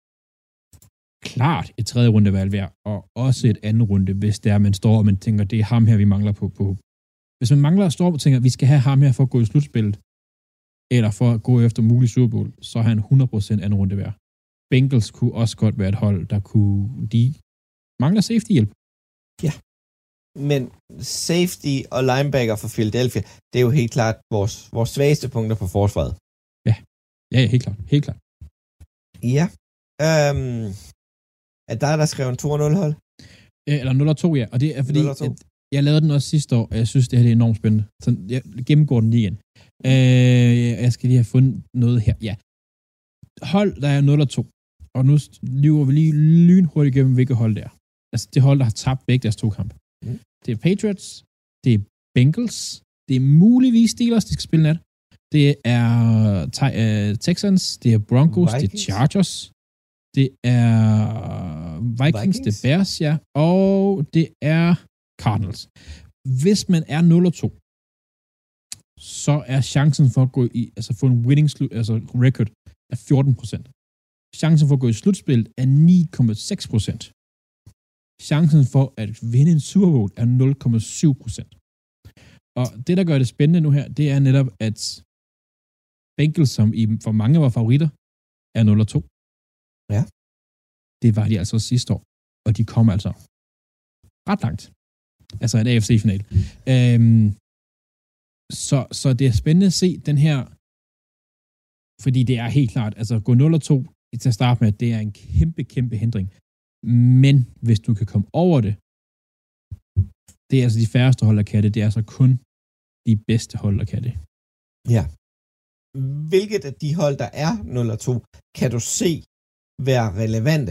klart et tredje rundevalg værd, og også et andet runde, hvis der man står og man tænker, det er ham her, vi mangler på. på. Hvis man mangler står og tænker, vi skal have ham her for at gå i slutspillet, eller for at gå efter mulig Super Bowl, så er han hundrede procent anden runde værd. Bengals kunne også godt være et hold, der kunne, de mangler safety hjælp. Men safety og linebacker for Philadelphia, det er jo helt klart vores, vores svageste punkter på forsvaret. Ja, ja, helt klart. Helt klart. Ja. Øhm, er der, der skrev en to nul hold? Øh, Eller nul og to, ja. Og det er fordi, nul og to. at jeg lavede den også sidste år, og jeg synes, det her det er enormt spændende. Så jeg gennemgår den lige igen. Øh, jeg skal lige have fundet noget her. Ja. Hold, der er nul og to. Og nu lyver vi lige lynhurtigt igennem, hvilket hold det er. Altså det hold, der har tabt begge deres to kampe. Mm. Det er Patriots, det er Bengals, det er muligvis Steelers, de skal spille nat. Det er te- uh, Texans, det er Broncos, Vikings. Det er Chargers, det er Vikings, Vikings, det er Bears, ja, og det er Cardinals. Hvis man er nul og to, så er chancen for at gå i, altså få en winning slu- altså record er fjorten procent. Chancen for at gå i slutspillet er ni komma seks procent. Chancen for at vinde en Super Bowl er nul komma syv procent. Og det, der gør det spændende nu her, det er netop, at Bengals, som i, for mange var favoritter, er nul og to. Ja. Det var de altså sidste år. Og de kom altså ret langt. Altså en A F C-final. Øhm, så, så det er spændende at se den her, fordi det er helt klart, altså gå nul og to til at starte med, det er en kæmpe, kæmpe hindring. Men hvis du kan komme over det, det er altså de færreste hold, der kan det. Det er altså kun de bedste hold, der kan det. Ja. Hvilket af de hold, der er nul og to, kan du se være relevante?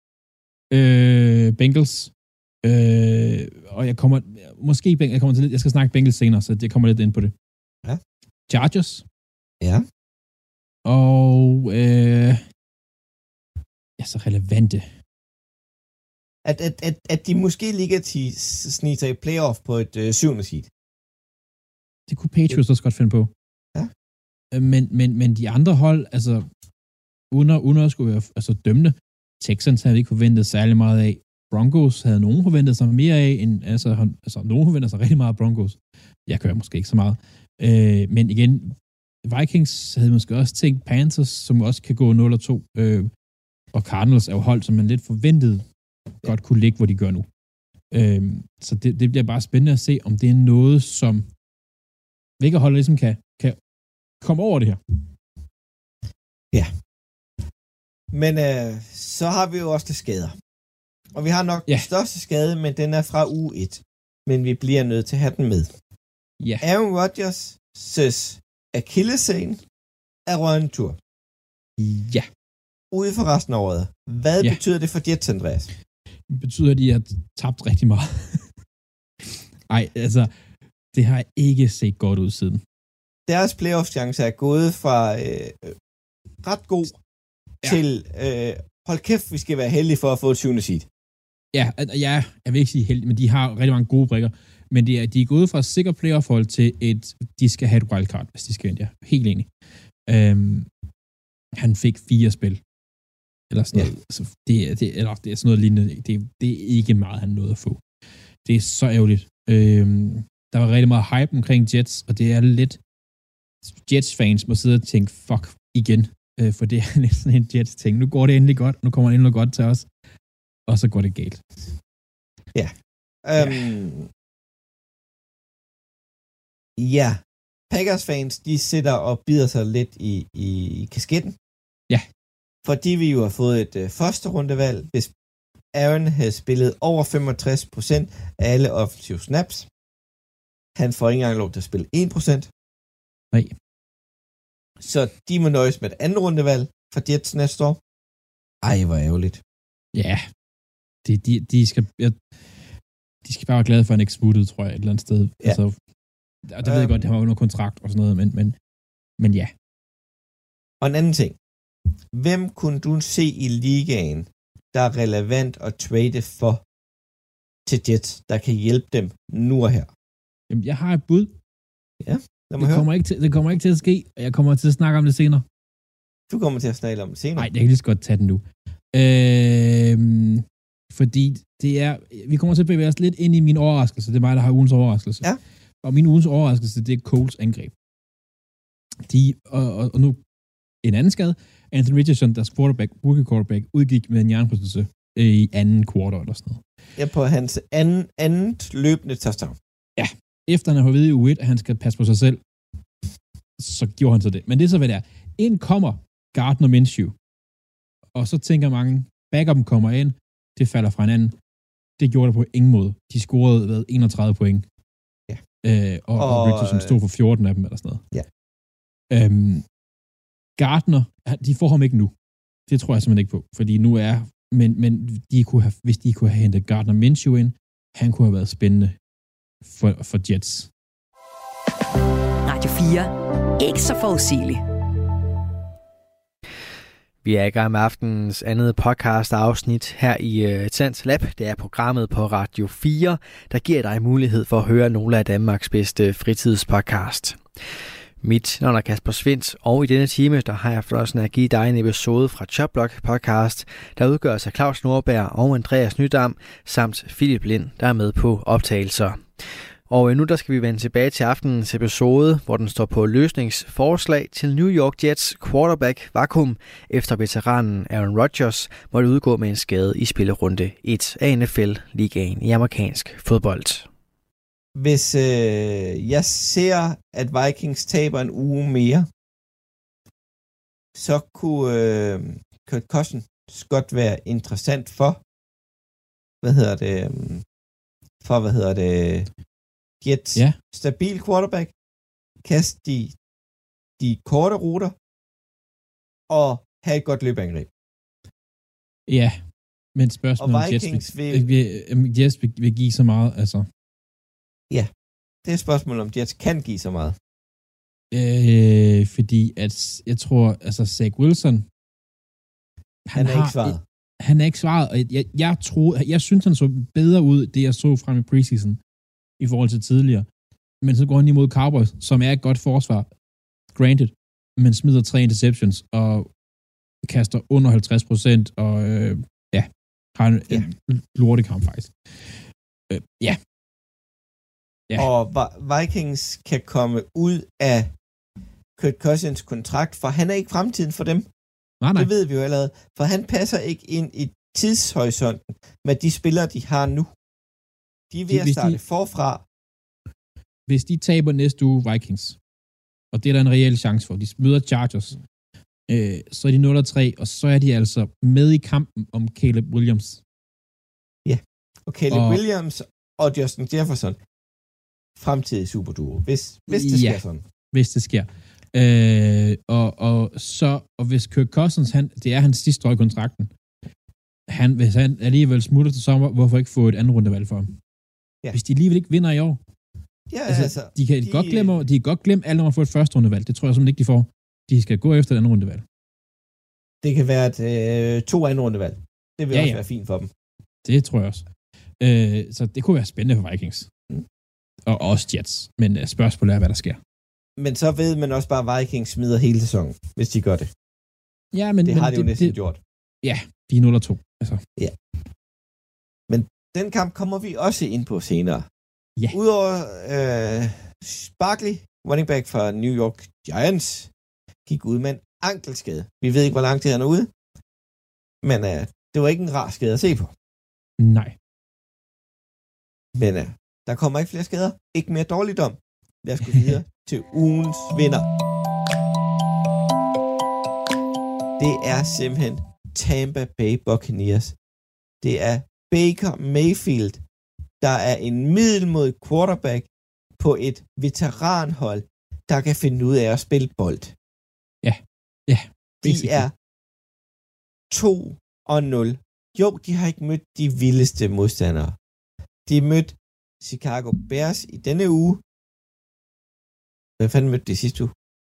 Øh, Bengals. Øh, og jeg kommer, måske, jeg kommer til lidt, jeg skal snakke Bengals senere, så jeg kommer lidt ind på det. Ja. Chargers. Ja. Og, øh, ja, så relevante. At, at, at, at de måske ligger til snige sig i playoff på et øh, syvende seed. Det kunne Patriots også godt finde på. Ja. Men, men, men de andre hold, altså, under, under at skulle være altså, dømmende, Texans havde ikke forventet særlig meget af. Broncos havde nogen forventet sig mere af, end, altså, altså nogen forventer sig rigtig meget af Broncos. Jeg kører måske ikke så meget. Øh, men igen, Vikings havde måske også tænkt Panthers, som også kan gå nul og to. Øh, og Cardinals er jo hold, som man lidt forventede godt kunne ligge, hvor de gør nu. Øh, så det, det bliver bare spændende at se, om det er noget, som hvilke hold ligesom kan, kan komme over det her. Ja. Men øh, så har vi jo også det skader. Og vi har nok ja. den største skade, men den er fra uge et. Men vi bliver nødt til at have den med. Ja. Aaron Rodgers' akillessene er røget en tur. Ja. Ude for resten af året. Hvad ja. betyder det for Jets, Andreas? Det betyder, at de har tabt rigtig meget. Ej, altså, det har ikke set godt ud siden. Deres playoff-chance er gået fra øh, ret god ja. til øh, hold kæft, vi skal være heldige for at få et syvende seed. Ja, ja, jeg vil ikke sige heldige, men de har rigtig mange gode brikker. Men de er, de er gået fra et sikkert playoff-hold til et, de skal have et wildcard, hvis de skal ind. Ja, helt enig. Øhm, han fik fire spil. Eller sådan noget. Ja. Altså, det, det, eller det er sådan noget lignende. Det, det er ikke meget, han nåede at få. Det er så ærgerligt. Øhm, der var rigtig meget hype omkring Jets, og det er lidt Jets-fans må sidde og tænke, fuck, igen. øh, for det er lidt sådan en Jets-ting. Nu går det endelig godt, nu kommer det endelig godt til os, og så går det galt. Ja. Øhm, ja. Packers-fans, de sidder og bider sig lidt i, i, i kasketten. Ja. Fordi vi jo har fået et øh, første rundevalg, hvis Aaron havde spillet over femogtres procent af alle offensive snaps. Han får ikke engang lov til at spille en procent. Nej. Så de må nøjes med et andet rundevalg for Jets næste år. Ej, hvor ærgerligt. Ja. De, de, de, skal, jeg, de skal bare være glade for, at han ikke smuttede, tror jeg, et eller andet sted. Ja. Altså, og det ved jeg godt, det har jo noget kontrakt og sådan noget, men, men, men ja. Og en anden ting. Hvem kunne du se i ligaen, der er relevant at trade for til Jets, der kan hjælpe dem nu og her? Jamen, jeg har et bud. Ja, lad mig det høre. kommer, ikke til, det kommer ikke til at ske, og jeg kommer til at snakke om det senere. Du kommer til at snakke om det senere? Nej, jeg kan lige så godt tage den nu. Øhm, fordi det er, vi kommer til at bevæge os lidt ind i min overraskelse. Det er mig, der har ugens overraskelse. Ja. Og min ugens overraskelse, det er Coles angreb. De, og, og, og nu en anden skade. Anthony Richardson, deres quarterback, rookie quarterback, udgik med en hjernerystelse i anden quarter eller sådan noget. Ja, på hans anden, andet løbende touchdown. Ja, efter han har fået at vide i U et, at han skal passe på sig selv, så gjorde han så det. Men det er så, hvad det er. Ind kommer Gardner Minshew, og så tænker mange, backupen kommer ind, det falder fra hinanden. Det gjorde det på ingen måde. De scorede hvad, enogtredive point. Ja. Øh, og, og, og Richardson stod for fjorten af dem, eller sådan noget. Ja. Øhm, Gardner, de får ham ikke nu. Det tror jeg simpelthen ikke på, fordi nu er, men, men de kunne have, hvis de kunne have hentet Gardner Minshew ind, han kunne have været spændende for, for Jets. Radio fire. Ikke så forudsigelig. Vi er i gang med aftenens andet podcast-afsnit her i uh, Tans Lab. Det er programmet på Radio fire, der giver dig mulighed for at høre nogle af Danmarks bedste fritidspodcast. Mit navn er Kasper Svindt, og i denne time der har jeg fornøjelsen at give dig en episode fra Chopblock podcast, der udgøres af Claus Nordberg og Andreas Nydam, samt Philip Lind, der er med på optagelser. Og nu der skal vi vende tilbage til aftenens episode, hvor den står på løsningsforslag til New York Jets quarterback vakuum, efter veteranen Aaron Rodgers måtte udgå med en skade i spillerunde et af N F L-ligaen i amerikansk fodbold. Hvis øh, jeg ser, at Vikings taber en uge mere, så kunne øh, Kirk Cousins godt være interessant for, hvad hedder det, for, hvad hedder det, Jets ja. Stabil quarterback, kaste de, de korte ruter, og have et godt løbeangreb. Ja, men spørgsmålet om Jets vil, vil, Jets vil, vil give så meget, altså. Ja, det er et spørgsmål, om Jets kan give så meget. Øh, fordi at, jeg tror, altså Zach Wilson, han, han er har, ikke svaret. Han er ikke svaret, og jeg, jeg, troede, jeg synes, han så bedre ud, det jeg så frem i preseason, i forhold til tidligere. Men så går han imod Cowboys, som er et godt forsvar, granted, men smider tre interceptions, og kaster under halvtreds procent, og øh, ja, har en, ja. en lortekamp faktisk. Øh, ja. Ja. Og Vikings kan komme ud af Kirk Cousins kontrakt, for han er ikke fremtiden for dem. Nej, nej. Det ved vi jo allerede. For han passer ikke ind i tidshorisonten med de spillere, de har nu. De er ved de, at starte de, forfra. Hvis de taber næste uge Vikings, og det er der en reel chance for, de møder Chargers, øh, så er de nul og tre, og så er de altså med i kampen om Caleb Williams. Ja, og Caleb og, Williams og Justin Jefferson. Fremtidig superduo, hvis, hvis det sker ja, sådan. hvis det sker. Øh, og, og, så, og hvis Kirk Cousins, han, det er hans sidste år i kontrakten, han, hvis han alligevel smutter til sommer, hvorfor ikke få et andet rundevalg for ham? Ja. Hvis de alligevel ikke vinder i år, ja, altså, altså, de kan de, godt glemme, de kan godt glemme alle, når man får et første rundevalg. Det tror jeg simpelthen ikke, de får. De skal gå efter et andet rundevalg. Det kan være et, øh, to andet rundevalg. Det vil ja, også ja. være fint for dem. Det tror jeg også. Øh, så det kunne være spændende for Vikings. Mm. Og også Jets. Men uh, spørgsmålet er, hvad der sker. Men så ved man også bare, at Vikings smider hele sæsonen, hvis de gør det. Ja, men... Det men har de det, jo næsten det, gjort. Ja, de er nul og to. Altså. Ja. Men den kamp kommer vi også ind på senere. Ja. Udover øh, Barkley, running back fra New York Giants, gik ud med en ankelskade. Vi ved ikke, hvor lang tid han er ude. Men uh, det var ikke en rar skade at se på. Nej. Men uh, der kommer ikke flere skader. Ikke mere dårligdom. Lad os gå videre til ugens vinder. Det er simpelthen Tampa Bay Buccaneers. Det er Baker Mayfield, der er en middelmodig quarterback på et veteranhold, der kan finde ud af at spille bold. Ja, ja. De er to og nul. Jo, de har ikke mødt de vildeste modstandere. De mødte Chicago Bears i denne uge. Hvad fanden mødte de sidste uge?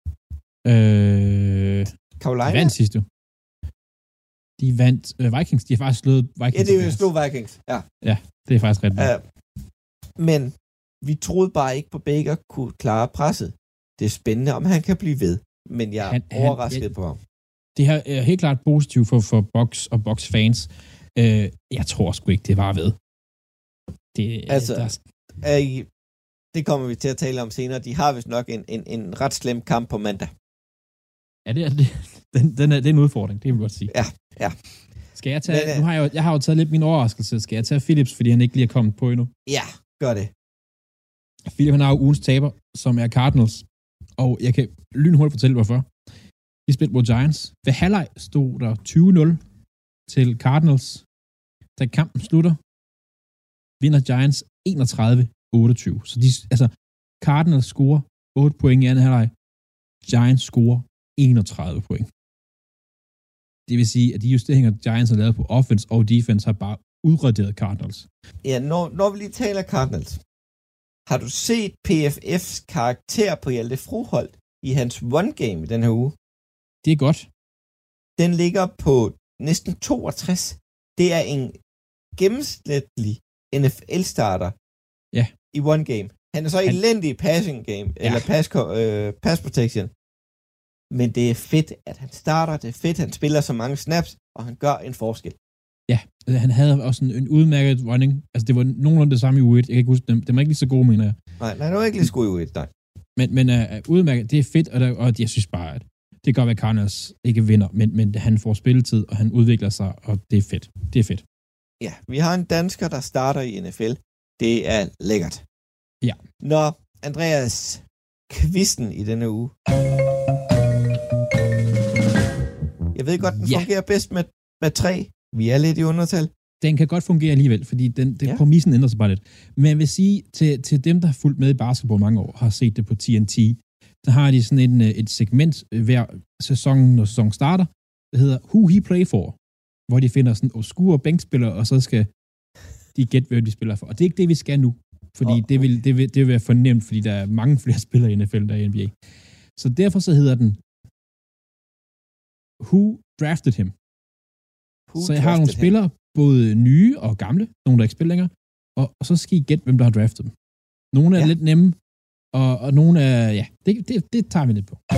Øh, Carolina? De vandt sidste uge. De vandt øh, Vikings. De har faktisk slået Vikings. Ja, det er jo slået Vikings. Ja. Ja, det er faktisk ret. Uh, men vi troede bare ikke på, Baker kunne klare presset. Det er spændende, om han kan blive ved. Men jeg er han, overrasket han, på ham. Det her er helt klart positivt for, for Bucs og Bucs fans. Uh, jeg tror sgu ikke, det var ved. Det, altså, der... øh, det kommer vi til at tale om senere. De har vist nok en, en, en ret slem kamp på mandag. Ja, det er, det, den, den er, det er en udfordring, det vil jeg godt sige. Ja, ja. Skal jeg tage, Men, nu har jeg, jo, jeg har jo taget lidt min overraskelse. Skal jeg tage Phillips, fordi han ikke lige er kommet på endnu? Ja, gør det. Philip, han har jo ugens taber, som er Cardinals. Og jeg kan lynhurtigt fortælle, hvorfor. De spillede mod Giants. Ved halvleg stod der tyve nul til Cardinals. Da kampen slutter, vinder Giants enogtredive otteogtyve. Så de, altså, Cardinals scorer otte point i anden halvleg. Giants scorer enogtredive point. Det vil sige, at de justeringer, Giants har lavet på offense og defense, har bare udraderet Cardinals. Ja, når, når vi lige taler Cardinals, har du set P F F's karakter på Hjalte Froholt i hans one-game i den her uge? Det er godt. Den ligger på næsten toogtres. Det er en gennemsnitlig N F L-starter ja. i one-game. Han er så han... elendig i passing game, ja. eller pass, øh, pass protection. Men det er fedt, at han starter. Det er fedt, at han spiller så mange snaps, og han gør en forskel. Ja, han havde også en, en udmærket running. Altså, det var nogenlunde det samme i U et. Jeg kan ikke huske, det var ikke lige så god, mener jeg. Nej, nej, det var ikke lige så god i U et, nej. Men, men uh, udmærket, det er fedt, og, der, og jeg synes bare, at det kan godt være, at Cardinals ikke vinder, men, men han får spilletid, og han udvikler sig, og det er fedt. Det er fedt. Ja, vi har en dansker, der starter i N F L. Det er lækkert. Ja. Når Andreas, quizzen i denne uge. Jeg ved godt, den ja. fungerer bedst med, med tre. Vi er lidt i undertal. Den kan godt fungere alligevel, fordi den, den ja. præmissen ændrer sig bare lidt. Men jeg vil sige, til, til dem, der har fulgt med i basketball mange år, har set det på T N T, der har de sådan en, et segment hver sæson, når sæsonen starter, der hedder Who He Play For, hvor de finder sådan obskure bænkspillere, og så skal de gætte, hvem de spiller for. Og det er ikke det, vi skal nu, fordi oh, okay. det, vil, det, vil, det vil være fornemt, fordi der er mange flere spillere i N F L, der er i N B A. Så derfor så hedder den Who Drafted Him. Who så jeg har nogle spillere, både nye og gamle, nogle der ikke spiller længere, og, og så skal I gætte, hvem der har draftet dem. Nogle er ja. lidt nemme, og, og nogle er, ja, det, det, det tager vi lidt på.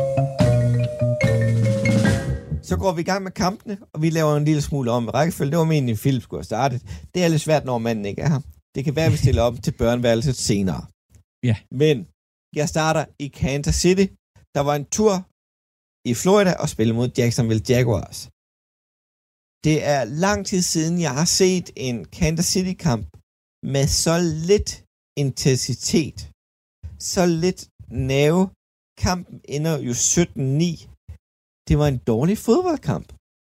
Så går vi i gang med kampene, og vi laver en lille smule om rækkefølge. Det var meningen, at Philip skulle have startet. Det er lidt svært, når manden ikke er her. Det kan være, at vi stiller om til børneværelset senere. Ja. Men jeg starter i Kansas City. Der var en tur i Florida og spille mod Jacksonville Jaguars. Det er lang tid siden, jeg har set en Kansas City-kamp med så lidt intensitet, så lidt nerve. Kampen ender jo sytten ni. Det var en dårlig fodboldkamp.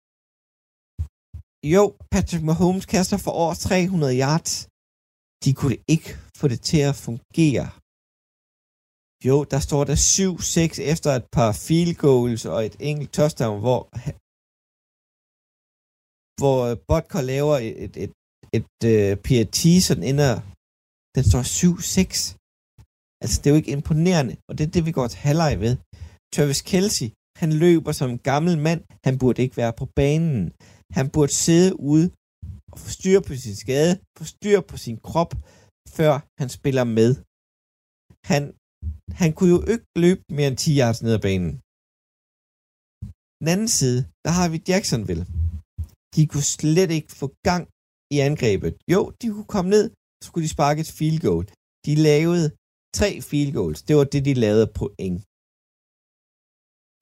Jo, Patrick Mahomes kaster for over tre hundrede yards. De kunne ikke få det til at fungere. Jo, der står der syv seks efter et par field goals og et enkelt touchdown, hvor hvor Butker laver et, et, et, et uh, P A T, så den ender, den står syv seks. Altså, det er jo ikke imponerende, og det er det, vi går til halvleg ved. Travis Kelce, han løber som en gammel mand. Han burde ikke være på banen. Han burde sidde ude og få styr på sin skade, få styr på sin krop, før han spiller med. Han, han kunne jo ikke løbe mere end ti yards ned ad banen. Den anden side, der har vi Jacksonville. De kunne slet ikke få gang i angrebet. Jo, de kunne komme ned, så skulle de sparke et field goal. De lavede tre field goals. Det var det, de lavede point.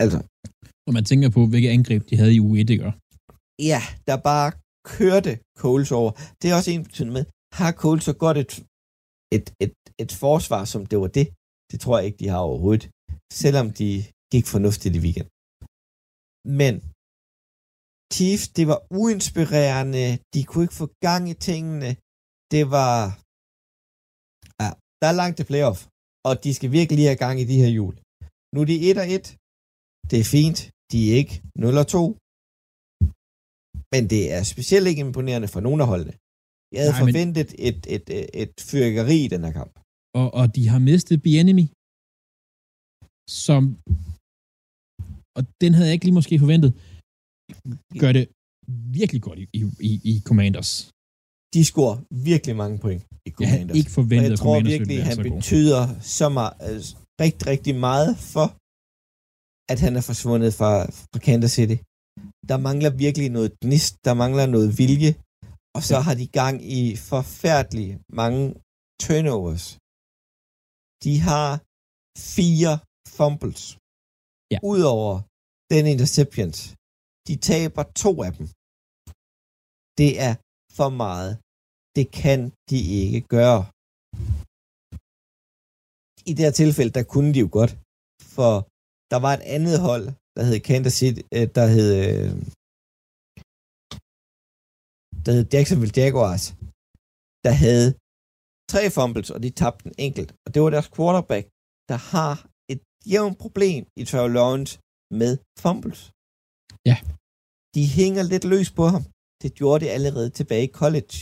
Altså. Når man tænker på, hvilke angreb de havde i U et, ikke? Ja, der bare kørte Coles over. Det er også en betydning med, har Coles så godt et, et, et, et forsvar, som det var det? Det tror jeg ikke, de har overhovedet. Selvom de gik fornuftigt i weekend. Men Chiefs, det var uinspirerende. De kunne ikke få gang i tingene. Det var... Ja, der er langt til playoff. Og de skal virkelig have gang i de her hjul. Nu er de et og et. Det er fint. De er ikke nul og to. Men det er specielt ikke imponerende for nogen af holdene. Jeg havde Nej, forventet men... et, et, et, et fyrkeri i den her kamp. Og, og de har mistet Bieniemy, som... Og den havde jeg ikke lige måske forventet. Gør det virkelig godt i, i, i Commanders. De scorer virkelig mange point i Commanders. Jeg havde ikke forventet, og jeg tror virkelig, at han betyder så meget, altså, rigtig, rigtig meget for, at han er forsvundet fra, fra Kansas City. Der mangler virkelig noget gnist, der mangler noget vilje, og så har de gang i forfærdelige mange turnovers. De har fire fumbles. Ja. Udover den interceptions. De taber to af dem. Det er for meget. Det kan de ikke gøre. I det her tilfælde, der kunne de jo godt, for der var et andet hold, der hed Kansas City, der hed, der hed Jacksonville Jaguars, der havde tre fumbles, og de tabte den enkelt. Og det var deres quarterback, der har et jævnt problem i Trevor Lawrence med fumbles. Ja. De hænger lidt løs på ham. Det gjorde de allerede tilbage i college.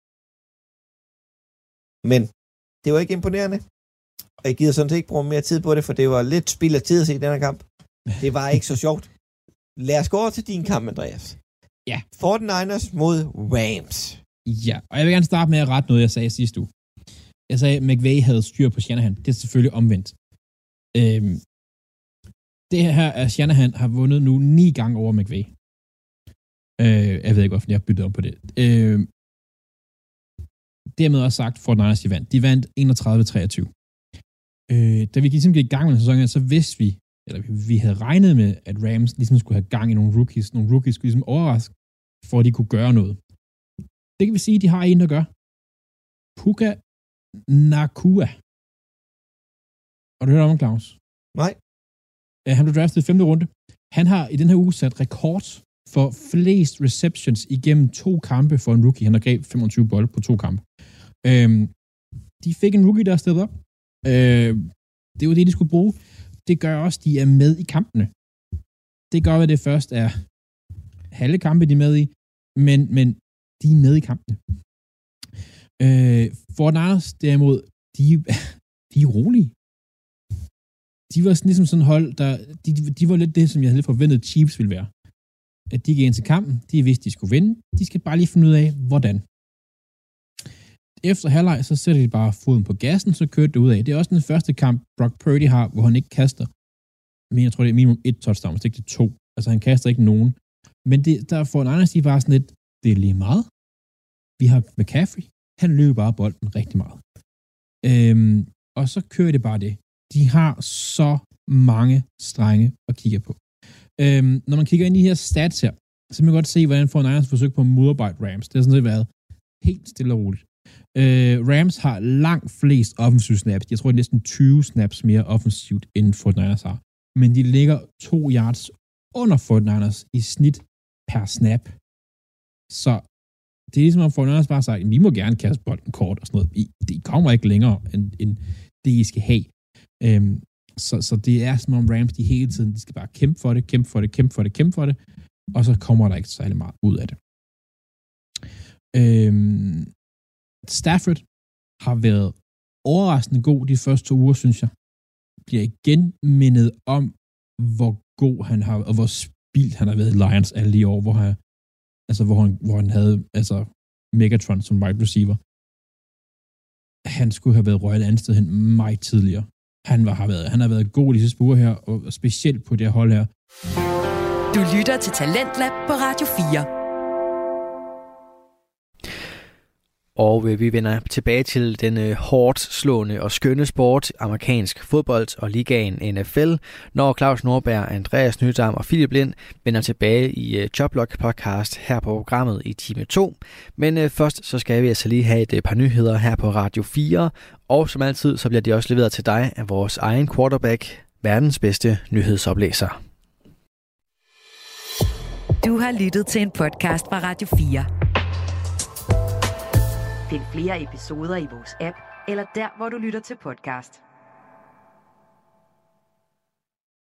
Men det var ikke imponerende. Og jeg gider sådan set ikke bruge mere tid på det, for det var lidt spild af tid at se i denne kamp. Det var ikke så sjovt. Lad os gå over til din kamp, Andreas. Ja. forty-niners mod Rams. Ja, og jeg vil gerne starte med at rette noget, jeg sagde sidste uge. Jeg sagde, at McVay havde styr på Shanahan. Det er selvfølgelig omvendt. Øhm, det her er, Shanahan har vundet nu ni gange over McVay. Øh, jeg ved ikke, hvorfor jeg har byttet om på det. Øh, dermed også sagt, forty-niners de vandt. De vandt enogtredive treogtyve. Øh, da vi ligesom gik i gang med sæsonen, så vidste vi, eller vi havde regnet med, at Rams ligesom skulle have gang i nogle rookies. Nogle rookies skulle ligesom overraske, for at de kunne gøre noget. Det kan vi sige, at de har en, der gør. Puka Nacua. Har du hørt om ham, Claus? Nej. Uh, han blev draftet i femte runde. Han har i den her uge sat rekord for flest receptions igennem to kampe for en rookie. Han har greb femogtyve bolde på to kampe. Uh, de fik en rookie, der er stedet op. Uh, det var det, de skulle bruge. Det gør også, de er med i kampene. Det gør, at det først er halve kampe, de er med i, men, men de er med i kampene. Uh, forty-niners derimod, de, de er rolige. De var sådan, ligesom sådan et hold, der, de, de var lidt det, som jeg havde lidt forventet, Chiefs ville være. At de gik ind til kampen, de vidste, de skulle vinde. De skal bare lige finde ud af, hvordan. Efter halvleg, så sætter de bare foden på gassen, så kører det ud af. Det er også den første kamp, Brock Purdy har, hvor han ikke kaster. Men jeg tror, det er minimum et touchdown, hvis ikke det er to. Altså, han kaster ikke nogen. Men det, der får en anden sige bare sådan lidt, det er lige meget. Vi har McCaffrey, han løber bare bolden rigtig meget. Øhm, og så kører det bare det. De har så mange strenge at kigge på. Øhm, når man kigger ind i de her stats her, så kan man godt se, hvordan får Niners forsøg på at modarbejde Rams. Det har sådan set været helt stille og roligt. Øh, Rams har langt flest offensive snaps. Jeg tror, det er næsten tyve snaps mere offensivt, end forty-niners har. Men de ligger to yards under forty-niners i snit per snap. Så det er ligesom, at forty-niners bare sagt, vi må gerne kaste bolden kort og sådan noget. Det kommer ikke længere, end, end det, I skal have. Øhm, så, så det er som om Rams, de hele tiden, de skal bare kæmpe for det, kæmpe for det, kæmpe for det, kæmpe for det, og så kommer der ikke særlig meget ud af det. Øhm, Stafford har været overraskende god de første to uger, synes jeg. Bliver igen mindet om, hvor god han har, og hvor spildt han har været i Lions alle de år, hvor han, altså, hvor han, hvor han havde altså, Megatron som wide receiver. Han skulle have været røget et andet sted hen meget tidligere. Han, var, har været, han har været god i de sidste uger her, og specielt på det her hold her. Du lytter til Talentlab på Radio fire. Og øh, vi vender tilbage til den øh, hårdt slående og skønne sport, amerikansk fodbold og ligaen N F L, når Claus Nordberg, Andreas Nydam og Philip Lind vender tilbage i øh, Joblog podcast her på programmet i time to. Men øh, først så skal vi altså lige have et øh, par nyheder her på Radio fire, og som altid så bliver de også leveret til dig af vores egen quarterback, verdens bedste nyhedsoplæser. Du har lyttet til en podcast fra Radio fire. Find flere episoder i vores app, eller der, hvor du lytter til podcast.